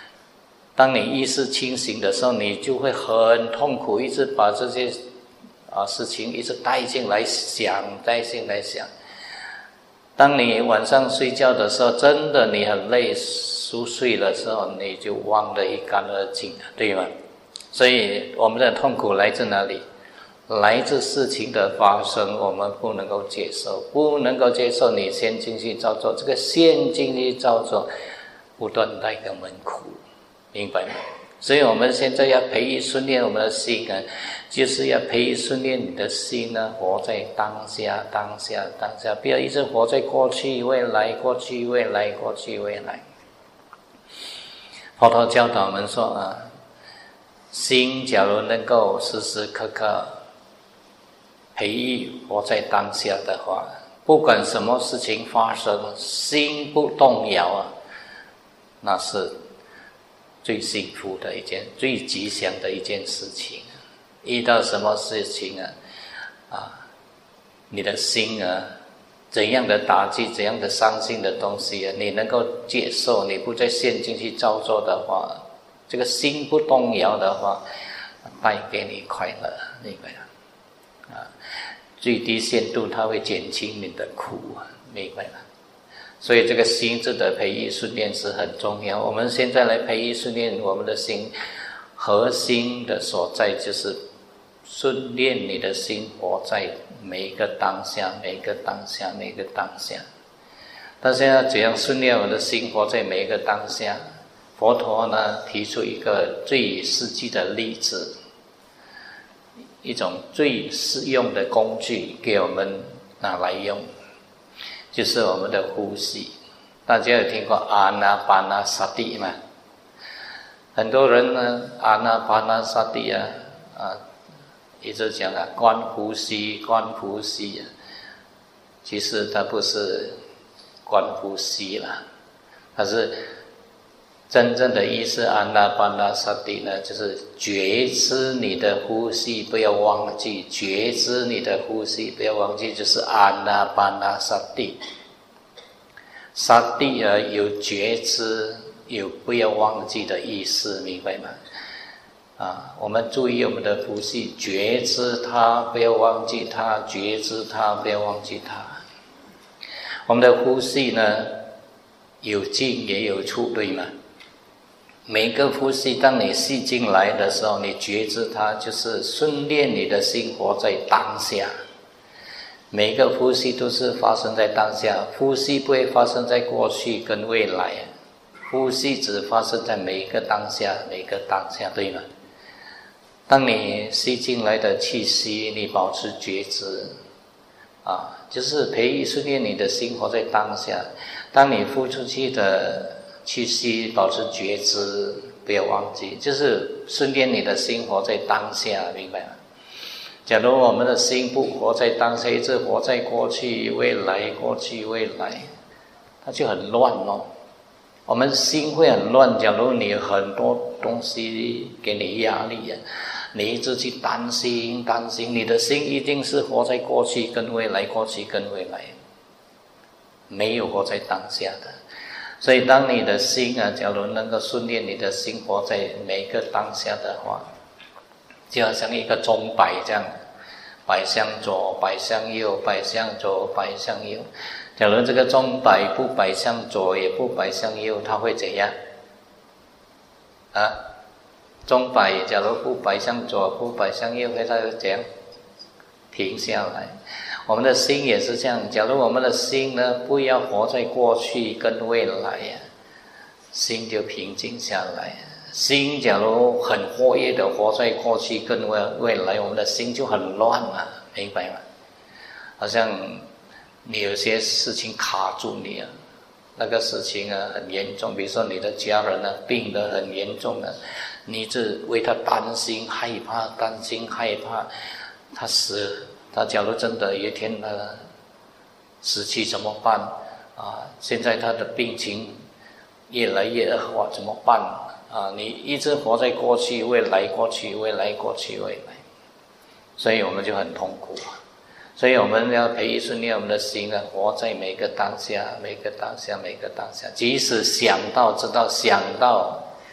当你意识清醒的时候，你就会很痛苦，一直把这些事情一直带进来想，带进来想。当你晚上睡觉的时候，真的你很累，熟睡的时候，你就忘得一干二净了，对吗？所以我们的痛苦来自哪里？来自事情的发生，我们不能够接受，不能够接受你陷进去造作，这个陷进去造作，不断带给我们苦，明白吗？所以我们现在要培育训练我们的心啊，就是要培育训练你的心呢，活在当下，当下，当下，不要一直活在过去、未来、过去、未来、过去、未来。佛陀教导我们说啊，心假如能够时时刻刻培育活在当下的话，不管什么事情发生，心不动摇啊，那是最幸福的一件、最吉祥的一件事情。遇到什么事情你的心怎样的打击、怎样的伤心的东西你能够接受，你不再陷进去造作的话，这个心不动摇的话，带给你快乐，明白吗？最低限度它会减轻你的苦，明白吗？所以这个心智的培育训练是很重要。我们现在来培育训练我们的心，核心的所在就是训练你的心活在每一个当下，每一个当下，每一个当下。但是要怎样训练我的心活在每一个当下？佛陀呢提出一个最实际的例子，一种最适用的工具给我们拿来用，就是我们的呼吸。大家有听过阿那巴那萨蒂吗？很多人呢阿那巴那萨蒂一直讲观呼吸，观呼吸其实它不是观呼吸啦，它是真正的意思。阿那巴那萨蒂呢，就是觉知你的呼吸，不要忘记觉知你的呼吸，不要忘记，就是阿那巴那萨蒂。萨蒂有觉知，有不要忘记的意思，明白吗？我们注意我们的呼吸，觉知它，不要忘记它，觉知它，不要忘记它。我们的呼吸呢，有进也有出，对吗？每个呼吸，当你吸进来的时候，你觉知它，就是训练你的心活在当下。每个呼吸都是发生在当下，呼吸不会发生在过去跟未来，呼吸只发生在每一个当下，每一个当下，对吗？当你吸进来的气息，你保持觉知就是培育训练你的心活在当下。当你呼出去的气息，保持觉知，不要忘记，就是训练你的心活在当下，明白吗？假如我们的心不活在当下，一直活在过去未来，过去未来，它就很乱我们心会很乱。假如你有很多东西给你压力你一直去担心，你的心一定是活在过去跟未来，过去跟未来，没有活在当下的。所以当你的心假如能够训练你的心活在每一个当下的话，就好像一个钟摆这样，摆向左，摆向右，摆向左，摆向右。假如这个钟摆不摆向左，也不摆向右，它会怎样？钟摆假如不摆向左，不摆向右，它会怎样？停下来。我们的心也是这样，假如我们的心呢，不要活在过去跟未来心就平静下来。心假如很活跃的活在过去跟未来，我们的心就很乱明白吗？好像你有些事情卡住你那个事情很严重，比如说你的家人病得很严重你一直为他担心害怕，担心害怕他死，他假如真的有一天死去怎么办现在他的病情越来越恶化怎么办你一直活在过去未来，过去未来，过去未来，所以我们就很痛苦所以我们要培育训练我们的心活在每个当下，每个当下，每个当下。即使想到知道想到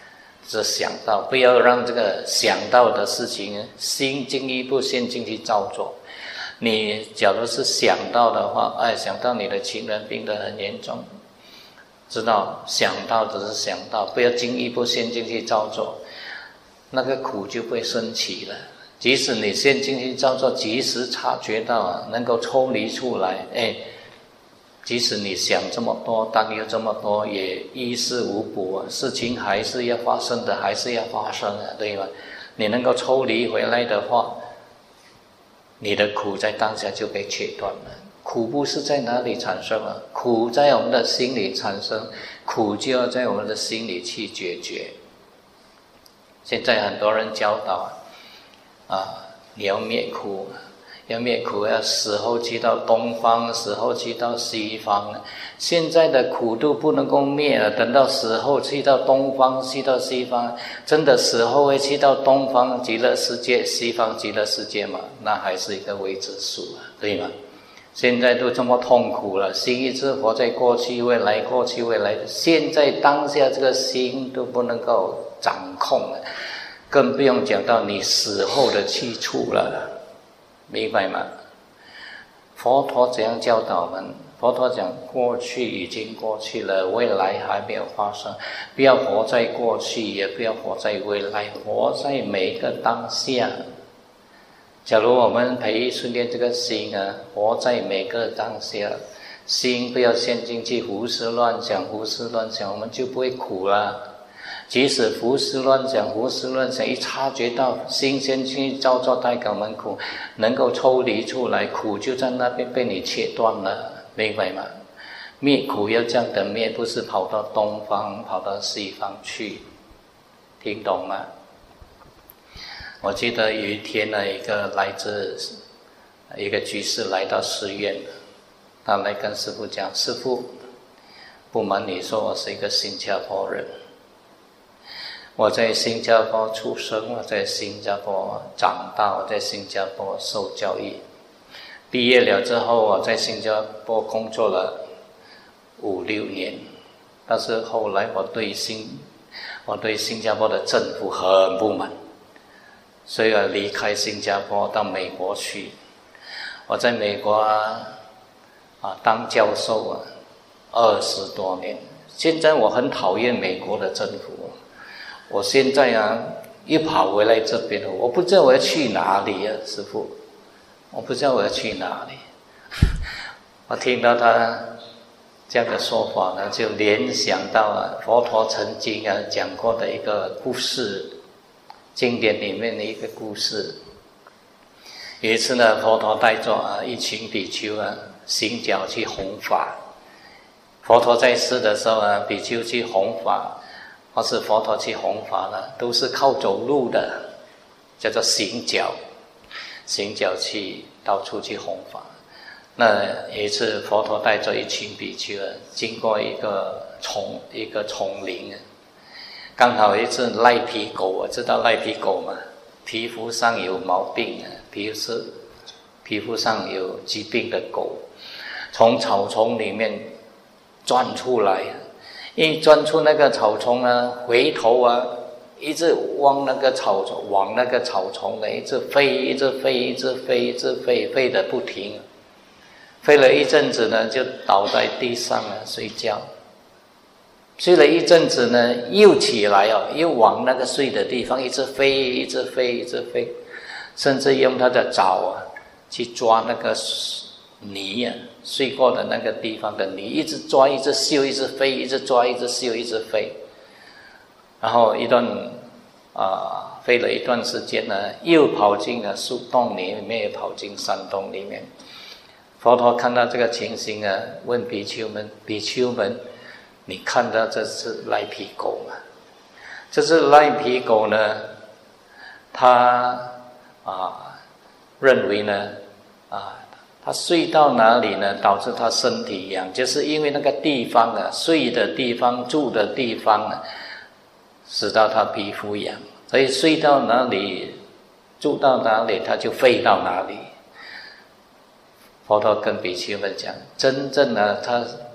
是想到，不要让这个想到的事情心进一步陷进去造作。你假如是想到的话，想到你的亲人病得很严重，知道想到只是想到，不要进一步陷进去造作，那个苦就不会升起了。即使你陷进去造作，及时察觉到能够抽离出来，即使你想这么多，担忧这么多，也于事无补事情还是要发生的，还是要发生的，对吧？你能够抽离回来的话，你的苦在当下就被切断了。苦不是在哪里产生啊？苦在我们的心里产生，苦就要在我们的心里去解决。现在很多人教导你要灭苦，要灭苦要死后去到东方，死后去到西方。现在的苦都不能够灭了，等到死后去到东方，去到西方，真的死后会去到东方极乐世界，西方极乐世界吗？那还是一个未知数对吗？现在都这么痛苦了，心一直活在过去未来，过去未来，现在当下这个心都不能够掌控了，更不用讲到你死后的去处了，明白吗？佛陀怎样教导我们？佛陀讲过去已经过去了，未来还没有发生，不要活在过去，也不要活在未来，活在每一个当下。假如我们培育训练这个心活在每个当下，心不要陷进去胡思乱想，胡思乱想我们就不会苦了。即使胡思乱想，胡思乱想一察觉到心先去造作带给我们苦，能够抽离出来，苦就在那边被你切断了，明白吗？灭苦要这样的灭，不是跑到东方跑到西方去，听懂吗？我记得有一天一个来自一个居士来到寺院，他来跟师父讲，师父，不瞒你说，我是一个新加坡人，我在新加坡出生，我在新加坡长大，我在新加坡受教育，毕业了之后我在新加坡工作了5-6年，但是后来我对新加坡的政府很不满，所以我离开新加坡到美国去。我在美国当教授20多年，现在我很讨厌美国的政府。我现在又跑回来这边了，我不知道我要去哪里师父，我不知道我要去哪里。我听到他这样的说法呢，就联想到佛陀曾经讲过的一个故事，经典里面的一个故事。有一次呢，佛陀带着一群比丘行脚去弘法。佛陀在世的时候比丘去弘法，或是佛陀去弘法呢，都是靠走路的，叫做行脚，行脚去到处去弘法。那有一次佛陀带着一群比丘经过一个丛林，刚好一只赖皮狗，知道赖皮狗吗？皮肤上有毛病，皮肤上有疾病的狗，从草丛里面钻出来，一钻出那个草丛回头一直往那个草丛一直飞，飞得不停，飞了一阵子呢，就倒在地上睡觉。睡了一阵子呢，又起来又往那个睡的地方一直飞，甚至用他的爪去抓那个泥睡过的那个地方的泥，一直抓，一直嗅，一直飞，一直抓，一直嗅，一直飞。然后飞了一段时间呢，又跑进了树洞里面，也跑进山洞里面。佛陀看到这个情形问比丘们，你看到这只赖皮狗吗？这只赖皮狗呢，它认为呢它睡到哪里呢，导致它身体痒，就是因为那个地方睡的地方住的地方使到它皮肤痒，所以睡到哪里住到哪里它就飞到哪里。佛陀跟比丘们讲，真正它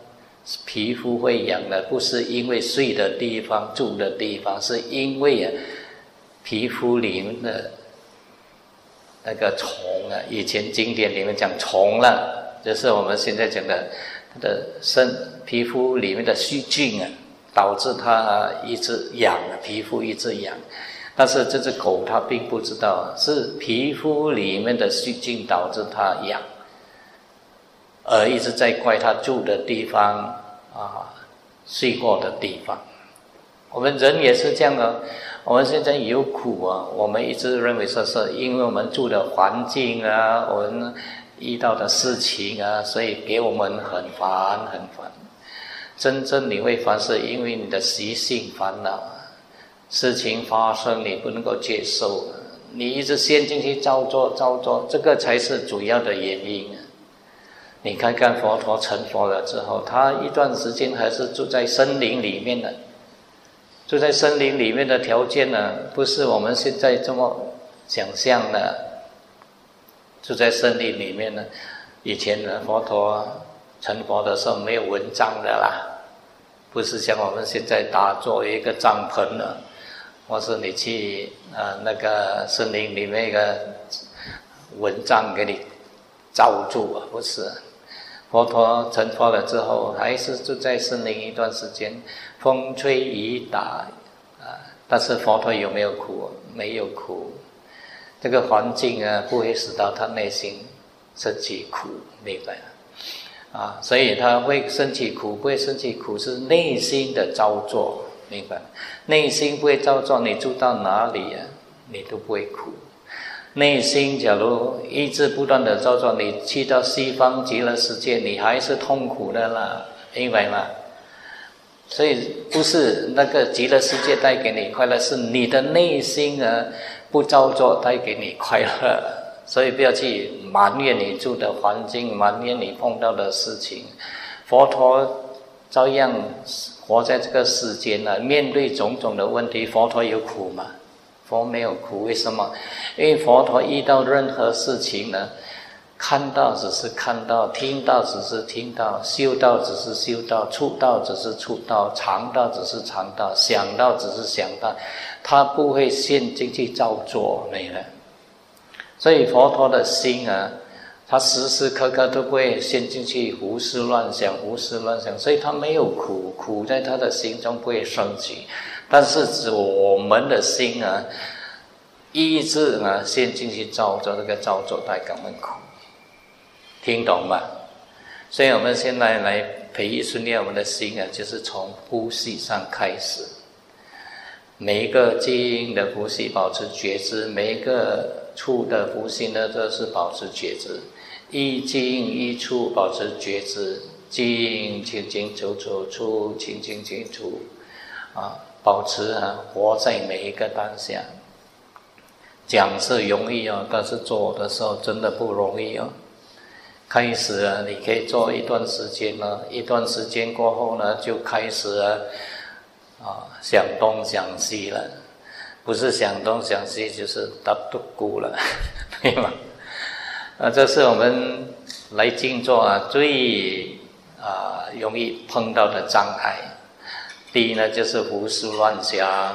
皮肤会痒的，不是因为睡的地方、住的地方，是因为皮肤里面的那个虫以前经典里面讲虫了，就是我们现在讲的它的皮肤里面的细菌导致它一直痒，皮肤一直痒。但是这只狗它并不知道，是皮肤里面的细菌导致它痒，而一直在怪它住的地方睡过的地方。我们人也是这样的，我们现在有苦我们一直认为说是因为我们住的环境我们遇到的事情所以给我们很烦很烦。真正你会烦是因为你的习性烦恼，事情发生你不能够接受，你一直陷进去照做，这个才是主要的原因。你看看佛陀成佛了之后，他一段时间还是住在森林里面的，住在森林里面的条件不是我们现在这么想象的。住在森林里面以前佛陀成佛的时候没有蚊帐的啦，不是像我们现在打坐一个帐篷或是你去那个森林里面一个蚊帐给你罩住不是。佛陀成佛了之后，还是住在森林一段时间，风吹雨打但是佛陀有没有苦？没有苦。这个环境不会使到他内心升起苦，明白所以他会升起苦，不会升起苦是内心的造作，明白？内心不会造作，你住到哪里你都不会苦。内心假如一直不断的造作，你去到西方极乐世界，你还是痛苦的啦，明白吗？所以不是那个极乐世界带给你快乐，是你的内心不造作带给你快乐。所以不要去埋怨你住的环境，埋怨你碰到的事情。佛陀照样活在这个世间面对种种的问题，佛陀有苦吗？佛没有苦。为什么？因为佛陀遇到任何事情看到只是看到，听到只是听到，嗅到只是嗅到，触到只是触到，尝到只是尝到，想到只是想到，他不会陷进去造作没了。所以佛陀的心他时时刻刻都不会陷进去胡思乱想，所以他没有苦，苦在他的心中不会升起。但是指我们的心一直陷进去造作，这个造作带给我们苦，听懂吗？所以我们现在来培育训练我们的心就是从呼吸上开始。每一个静的呼吸保持觉知，每一个触的呼吸都是保持觉知，一进一出保持觉知，进进进出出，出进进进出保持活在每一个当下。讲是容易但是做的时候真的不容易开始你可以做一段时间一段时间过后就开始想东想西了，不是想东想西就是打盹咕了，对吗？这是我们来静坐最容易碰到的障碍。第一就是胡思乱想，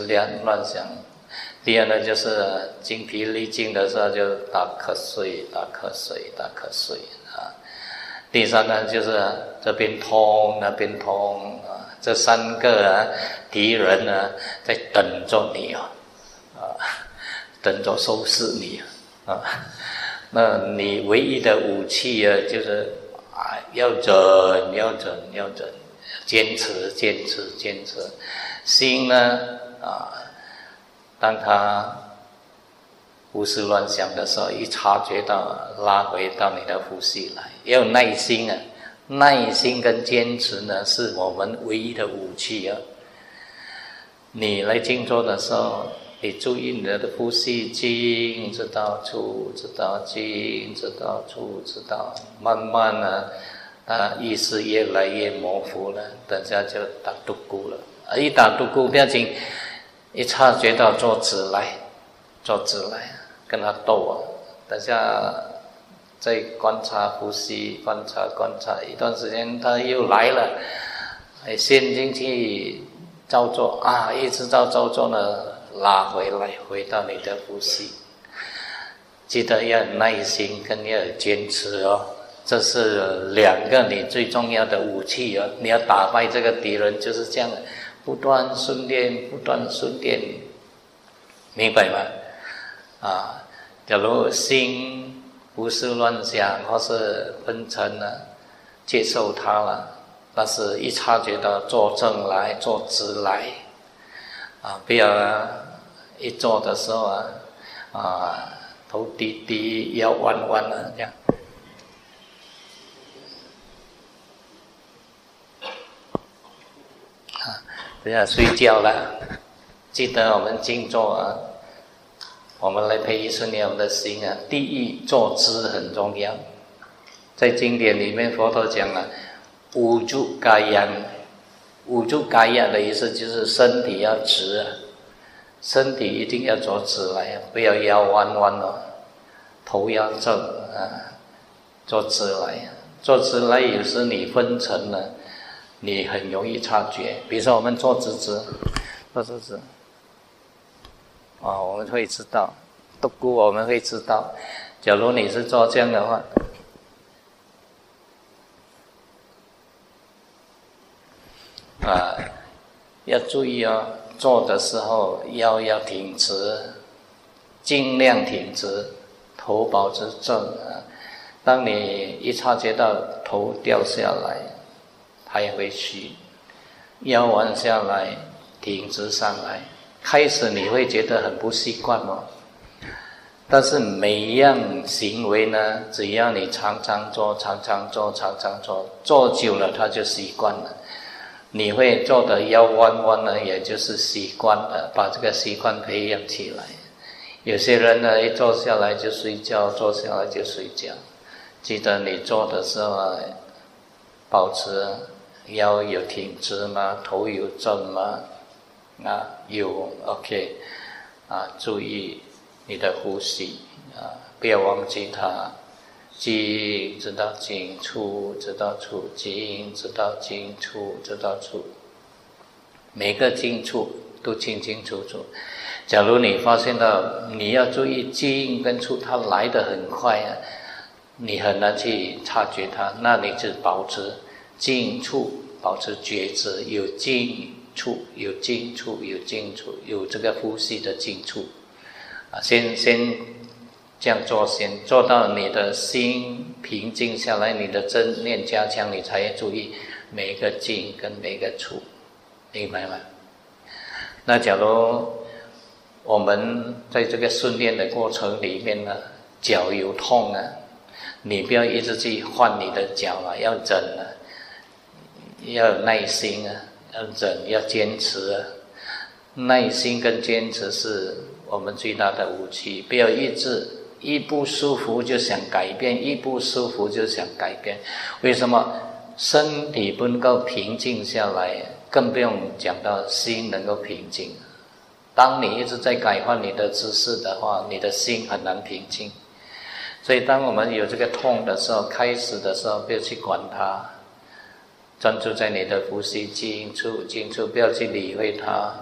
第二就是精疲力尽的时候就打瞌睡第三就是这边痛那边痛这三个敌人在等着你等着收拾你那你唯一的武器就是要忍，坚持。心当他胡思乱想的时候，一察觉到拉回到你的呼吸来，要有耐心耐心跟坚持是我们唯一的武器你来静坐的时候，你注意你的呼吸，进知道，出知道，进知道，出知道，慢慢意识越来越模糊了，等下就打盹咕了一打盹咕不要紧，一察觉到坐直来跟他斗等下在观察呼吸，观察一段时间，它又来了，陷进去照做啊，一直到照做呢，拉回来，回到你的呼吸。记得要有耐心，跟要有坚持哦，这是两个你最重要的武器哦。你要打败这个敌人，就是这样，不断训练，不断训练，明白吗？啊，假如心不是乱想或是昏沉了，接受它了，但是一察觉到坐正来，坐直来，啊，不要一坐的时候头低低，腰弯弯了这样。不要睡觉了，记得我们静坐啊。我们来培育训练我们的心啊。第一，坐姿很重要。在经典里面，佛陀讲了五住嘎央，五住嘎央的意思就是身体要直啊，身体一定要坐直来，不要腰弯弯哦，头要正啊，坐直来。坐直来，有时你昏沉了，你很容易察觉。比如说我们坐直直，我们会知道，独孤我们会知道。假如你是做这样的话，要注意哦，做的时候腰要挺直，尽量挺直，头保持正啊。当你一察觉到头掉下来，它也会虚，腰弯下来，挺直上来。开始你会觉得很不习惯哦，但是每一样行为呢，只要你常常做，做久了它就习惯了。你会做的腰弯弯呢，也就是习惯了，把这个习惯培养起来。有些人呢，一坐下来就睡觉，坐下来就睡觉。记得你做的时候保持腰有挺直吗？头有正吗？有 OK 注意你的呼吸不要忘记它。进知道进，出知道出，进知道进，出知道出，每个进出都清清楚楚。假如你发现到你要注意进跟出，它来得很快你很难去察觉它，那你就保持进出，保持觉知，有进出，有进出，有进出，有这个呼吸的进出先这样做，先做到你的心平静下来，你的正念加强，你才注意每一个进跟每一个出，明白吗？那假如我们在这个训练的过程里面呢，脚有痛你不要一直去换你的脚要忍要有耐心要忍，要坚持耐心跟坚持是我们最大的武器，不要一不舒服就想改变，一不舒服就想改变。为什么？身体不能够平静下来，更不用讲到心能够平静。当你一直在改换你的姿势的话，你的心很难平静。所以当我们有这个痛的时候，开始的时候不要去管它，专注在你的呼吸，进出，不要去理会它，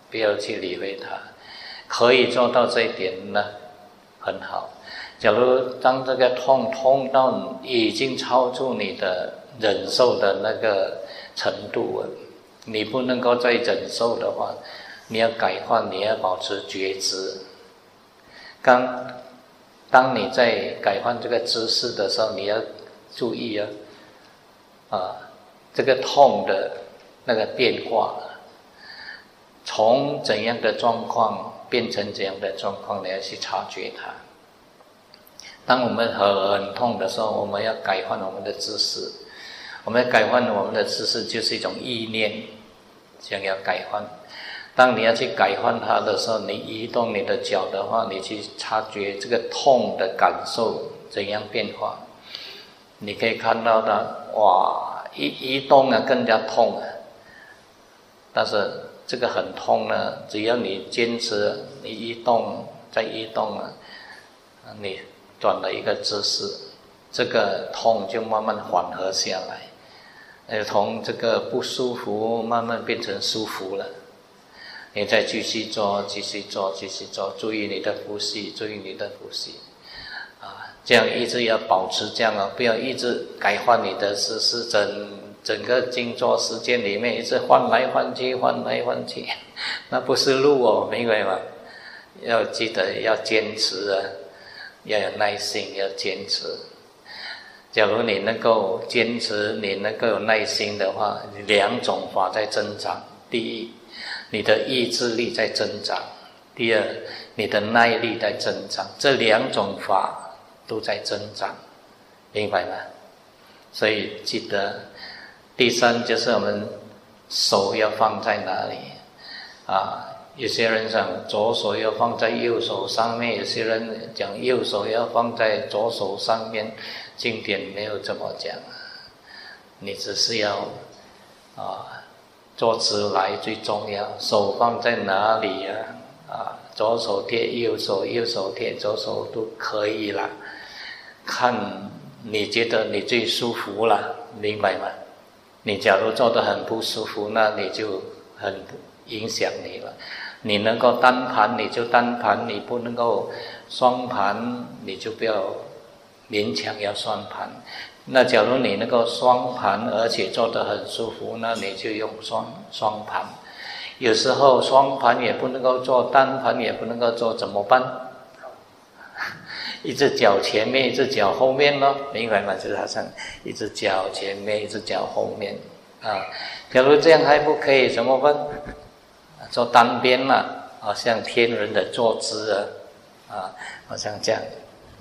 可以做到这一点呢，很好。假如当这个痛到已经超出你的忍受的那个程度你不能够再忍受的话，你要改换，你要保持觉知。当你在改换这个姿势的时候，你要注意这个痛的那个变化，从怎样的状况变成怎样的状况，你要去察觉它。当我们很痛的时候，我们要改换我们的姿势。我们改换我们的姿势就是一种意念，想要改换。当你要去改换它的时候，你移动你的脚的话，你去察觉这个痛的感受怎样变化。你可以看到它，一移动更加痛但是这个很痛呢，只要你坚持，你移动再移动你转了一个姿势， 这个痛就慢慢缓和下来，从这个不舒服慢慢变成舒服了。你再继续做，继续做，继续做，注意你的呼吸，注意你的呼吸，这样一直要保持这样不要一直改换你的姿势，整个静坐时间里面一直换来换去，换来换去，那不是路明白吗？要记得要坚持要有耐心，要坚持。假如你能够坚持，你能够有耐心的话，两种法在增长。第一，你的意志力在增长；第二，你的耐力在增长。这两种法都在增长，明白吗？所以记得，第三就是我们手要放在哪里有些人讲左手要放在右手上面，有些人讲右手要放在左手上面。经典没有这么讲，你只是要做直来最重要，手放在哪里左手贴右手，右手贴左手都可以了，看你觉得你最舒服了，明白吗？你假如做得很不舒服，那你就很影响你了。你能够单盘你就单盘，你不能够双盘你就不要勉强要双盘。那假如你能够双盘而且做得很舒服，那你就用双盘。有时候双盘也不能够做，单盘也不能够做，怎么办？一只脚前面，一只脚后面咯，明白吗？就是好像一只脚前面，一只脚后面假如这样还不可以怎么办？做单边好像天人的坐姿好像这样，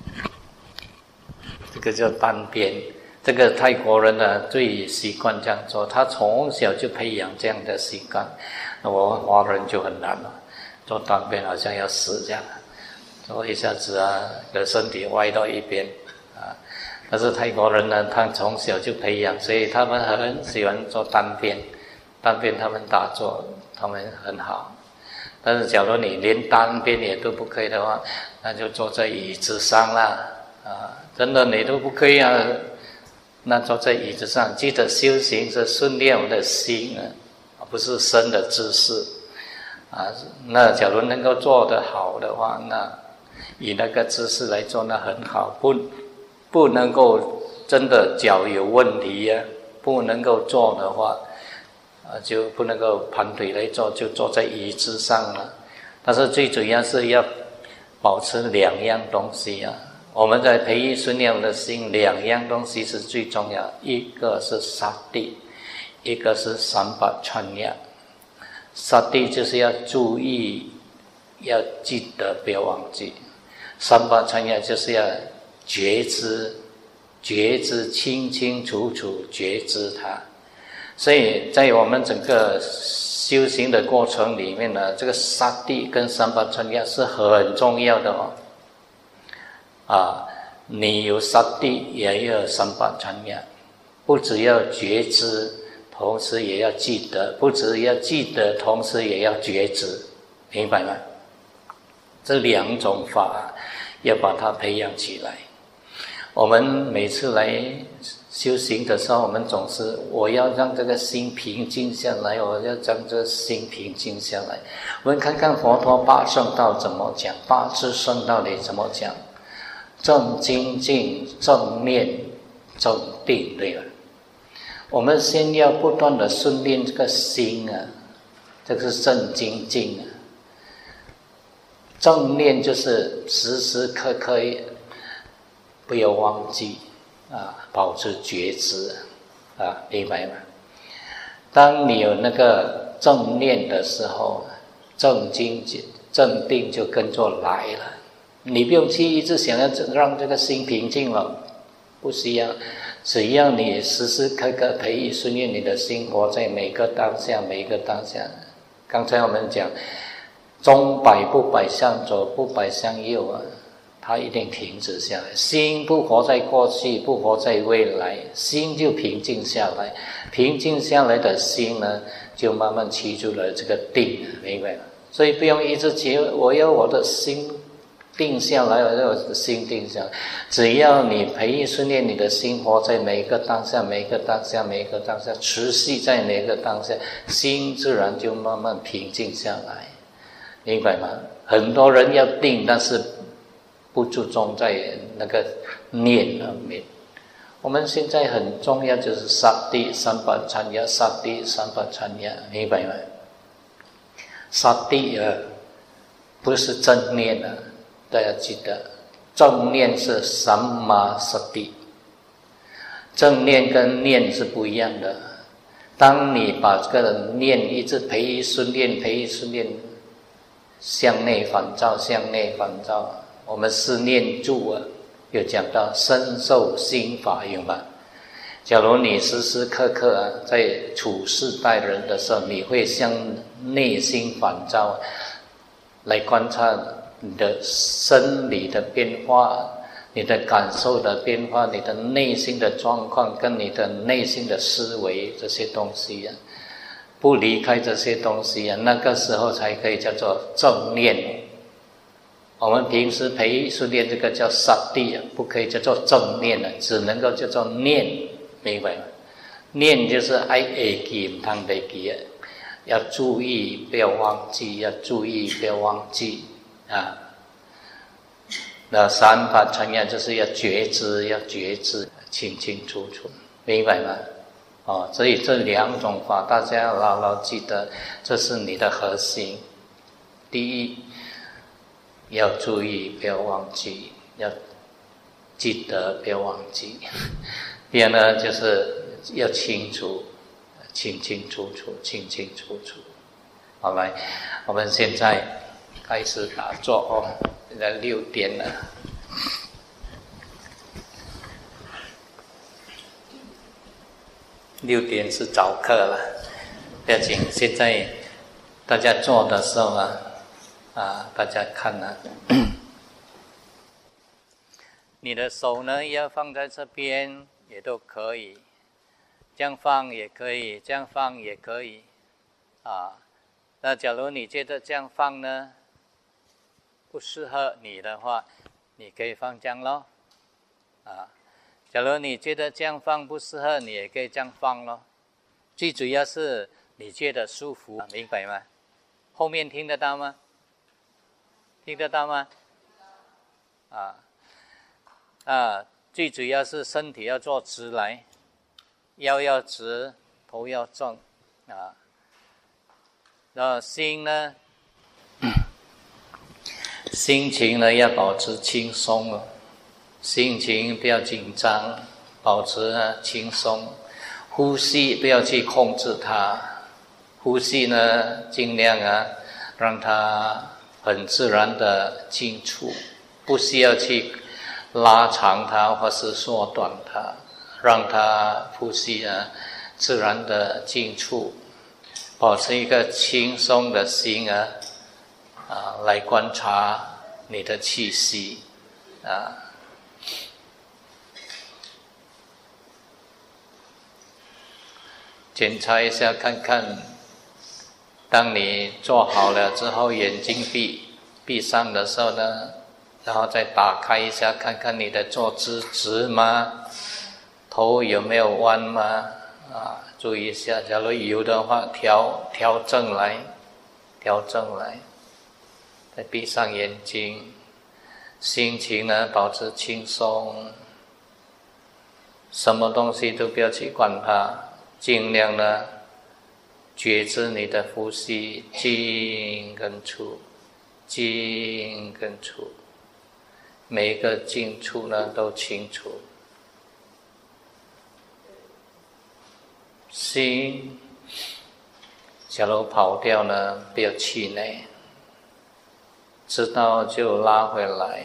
这个叫单边。这个泰国人最习惯这样做，他从小就培养这样的习惯。我们华人就很难了，做单边好像要死这样，做一下子的身体歪到一边但是泰国人呢，他从小就培养，所以他们很喜欢做单边。单边他们打坐他们很好，但是假如你连单边也都不可以的话，那就坐在椅子上啦真的你都不可以那坐在椅子上，记得修行是训练我们的心不是身的姿势那假如能够做得好的话，那以那个姿势来做那很好，不能够真的脚有问题不能够做的话就不能够盘腿来做，就坐在椅子上了。但是最主要是要保持两样东西我们在培育训练我们的心，两样东西是最重要，一个是萨地，一个是三八传呀。萨地就是要注意，要记得，不要忘记；三八传呀就是要觉知，清清楚楚觉知它。所以在我们整个修行的过程里面呢，这个萨地跟三八传呀是很重要的你有萨地也有三八传呀，不只要觉知，同时也要记得；不只要记得，同时也要觉知，明白吗？这两种法要把它培养起来。我们每次来修行的时候，我们总是我要让这个心平静下来，我要让这个心平静下来。我们看看佛陀八圣道怎么讲，八支圣道里怎么讲？正精进、正念、正定，对吧？我们先要不断的训练这个心这个是正精进正念就是时时刻刻不要忘记保持觉知明白吗？当你有那个正念的时候，正精进、正定就跟着来了。你不用去一直想要让这个心平静了，不需要，只要你时时刻刻培育训练你的心，活在每个当下，每一个当下。刚才我们讲钟摆不摆向左，不摆向右它一定停止下来。心不活在过去，不活在未来，心就平静下来。平静下来的心呢，就慢慢起出了这个定，明白吗？所以不用一直觉我要我的心定下来了，心定下来。只要你培育训练你的心，活在每一个当下，每一个当下，每一个当下，持续在每一个当下，心自然就慢慢平静下来，明白吗？很多人要定，但是不注重在那个念上面。我们现在很重要就是萨地三把参呀，萨地三把参呀，明白吗？萨地不是正念啊，大家记得，正念是三玛萨地，正念跟念是不一样的。当你把这个念一直培育训练，向内反照，向内反照，我们是念住啊。有讲到身受心法有吗？假如你时时刻刻在处事待人的时候，你会向内心反照，来观察你的生理的变化，你的感受的变化，你的内心的状况跟你的内心的思维这些东西啊，不离开这些东西啊，那个时候才可以叫做正念。我们平时培育训练这个叫萨地啊，不可以叫做正念了，只能够叫做念，明白吗？念就是爱记唔通地记啊，要注意不要忘记，要注意不要忘记啊。那三法成呀，就是要觉知清清楚楚，明白吗？所以这两种法大家要牢牢记得，这是你的核心。第一，要注意不要忘记，要记得不要忘记。第二呢，就是要清楚，清清楚楚。好，来，我们现在开始打坐哦。现在6点了。6点是早课了，不要紧。现在大家做的时候大家看你的手呢要放在这边也都可以，这样放也可以，这样放也可以那假如你觉得这样放呢不适合你的话，你可以放这样咯假如你觉得这样放不适合你，也可以这样放咯。最主要是你觉得舒服，明白吗？后面听得到吗？听得到吗？最主要是身体要坐直来，腰要直，头要正然后心呢，心情呢要保持轻松心情不要紧张，保持轻松。呼吸不要去控制它，呼吸呢尽量让它很自然的进出，不需要去拉长它或是缩短它，让它呼吸自然的进出，保持一个轻松的心来观察你的气息检查一下看看，当你做好了之后，眼睛闭上的时候呢，然后再打开一下，看看你的坐姿直吗？头有没有弯吗？注意一下，假如有的话，调正来，再闭上眼睛，心情呢保持轻松，什么东西都不要去管它。尽量呢觉知你的呼吸，进跟出，每一个进出呢都清楚。心假如跑掉呢，不要气馁，知道就拉回来，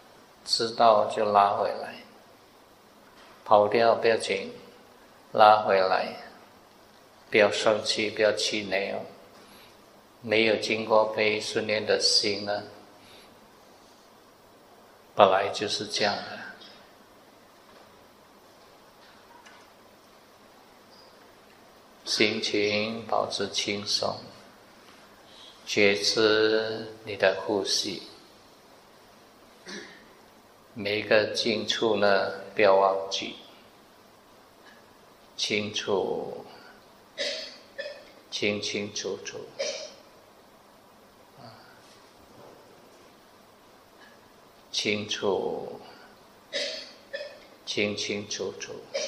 跑掉不要紧，拉回来，不要生气，不要气馁没有经过被训练的心呢，本来就是这样的。心情保持轻松，觉知你的呼吸， 每个进出呢，不要忘记清楚、清清楚楚，清楚、清清楚楚。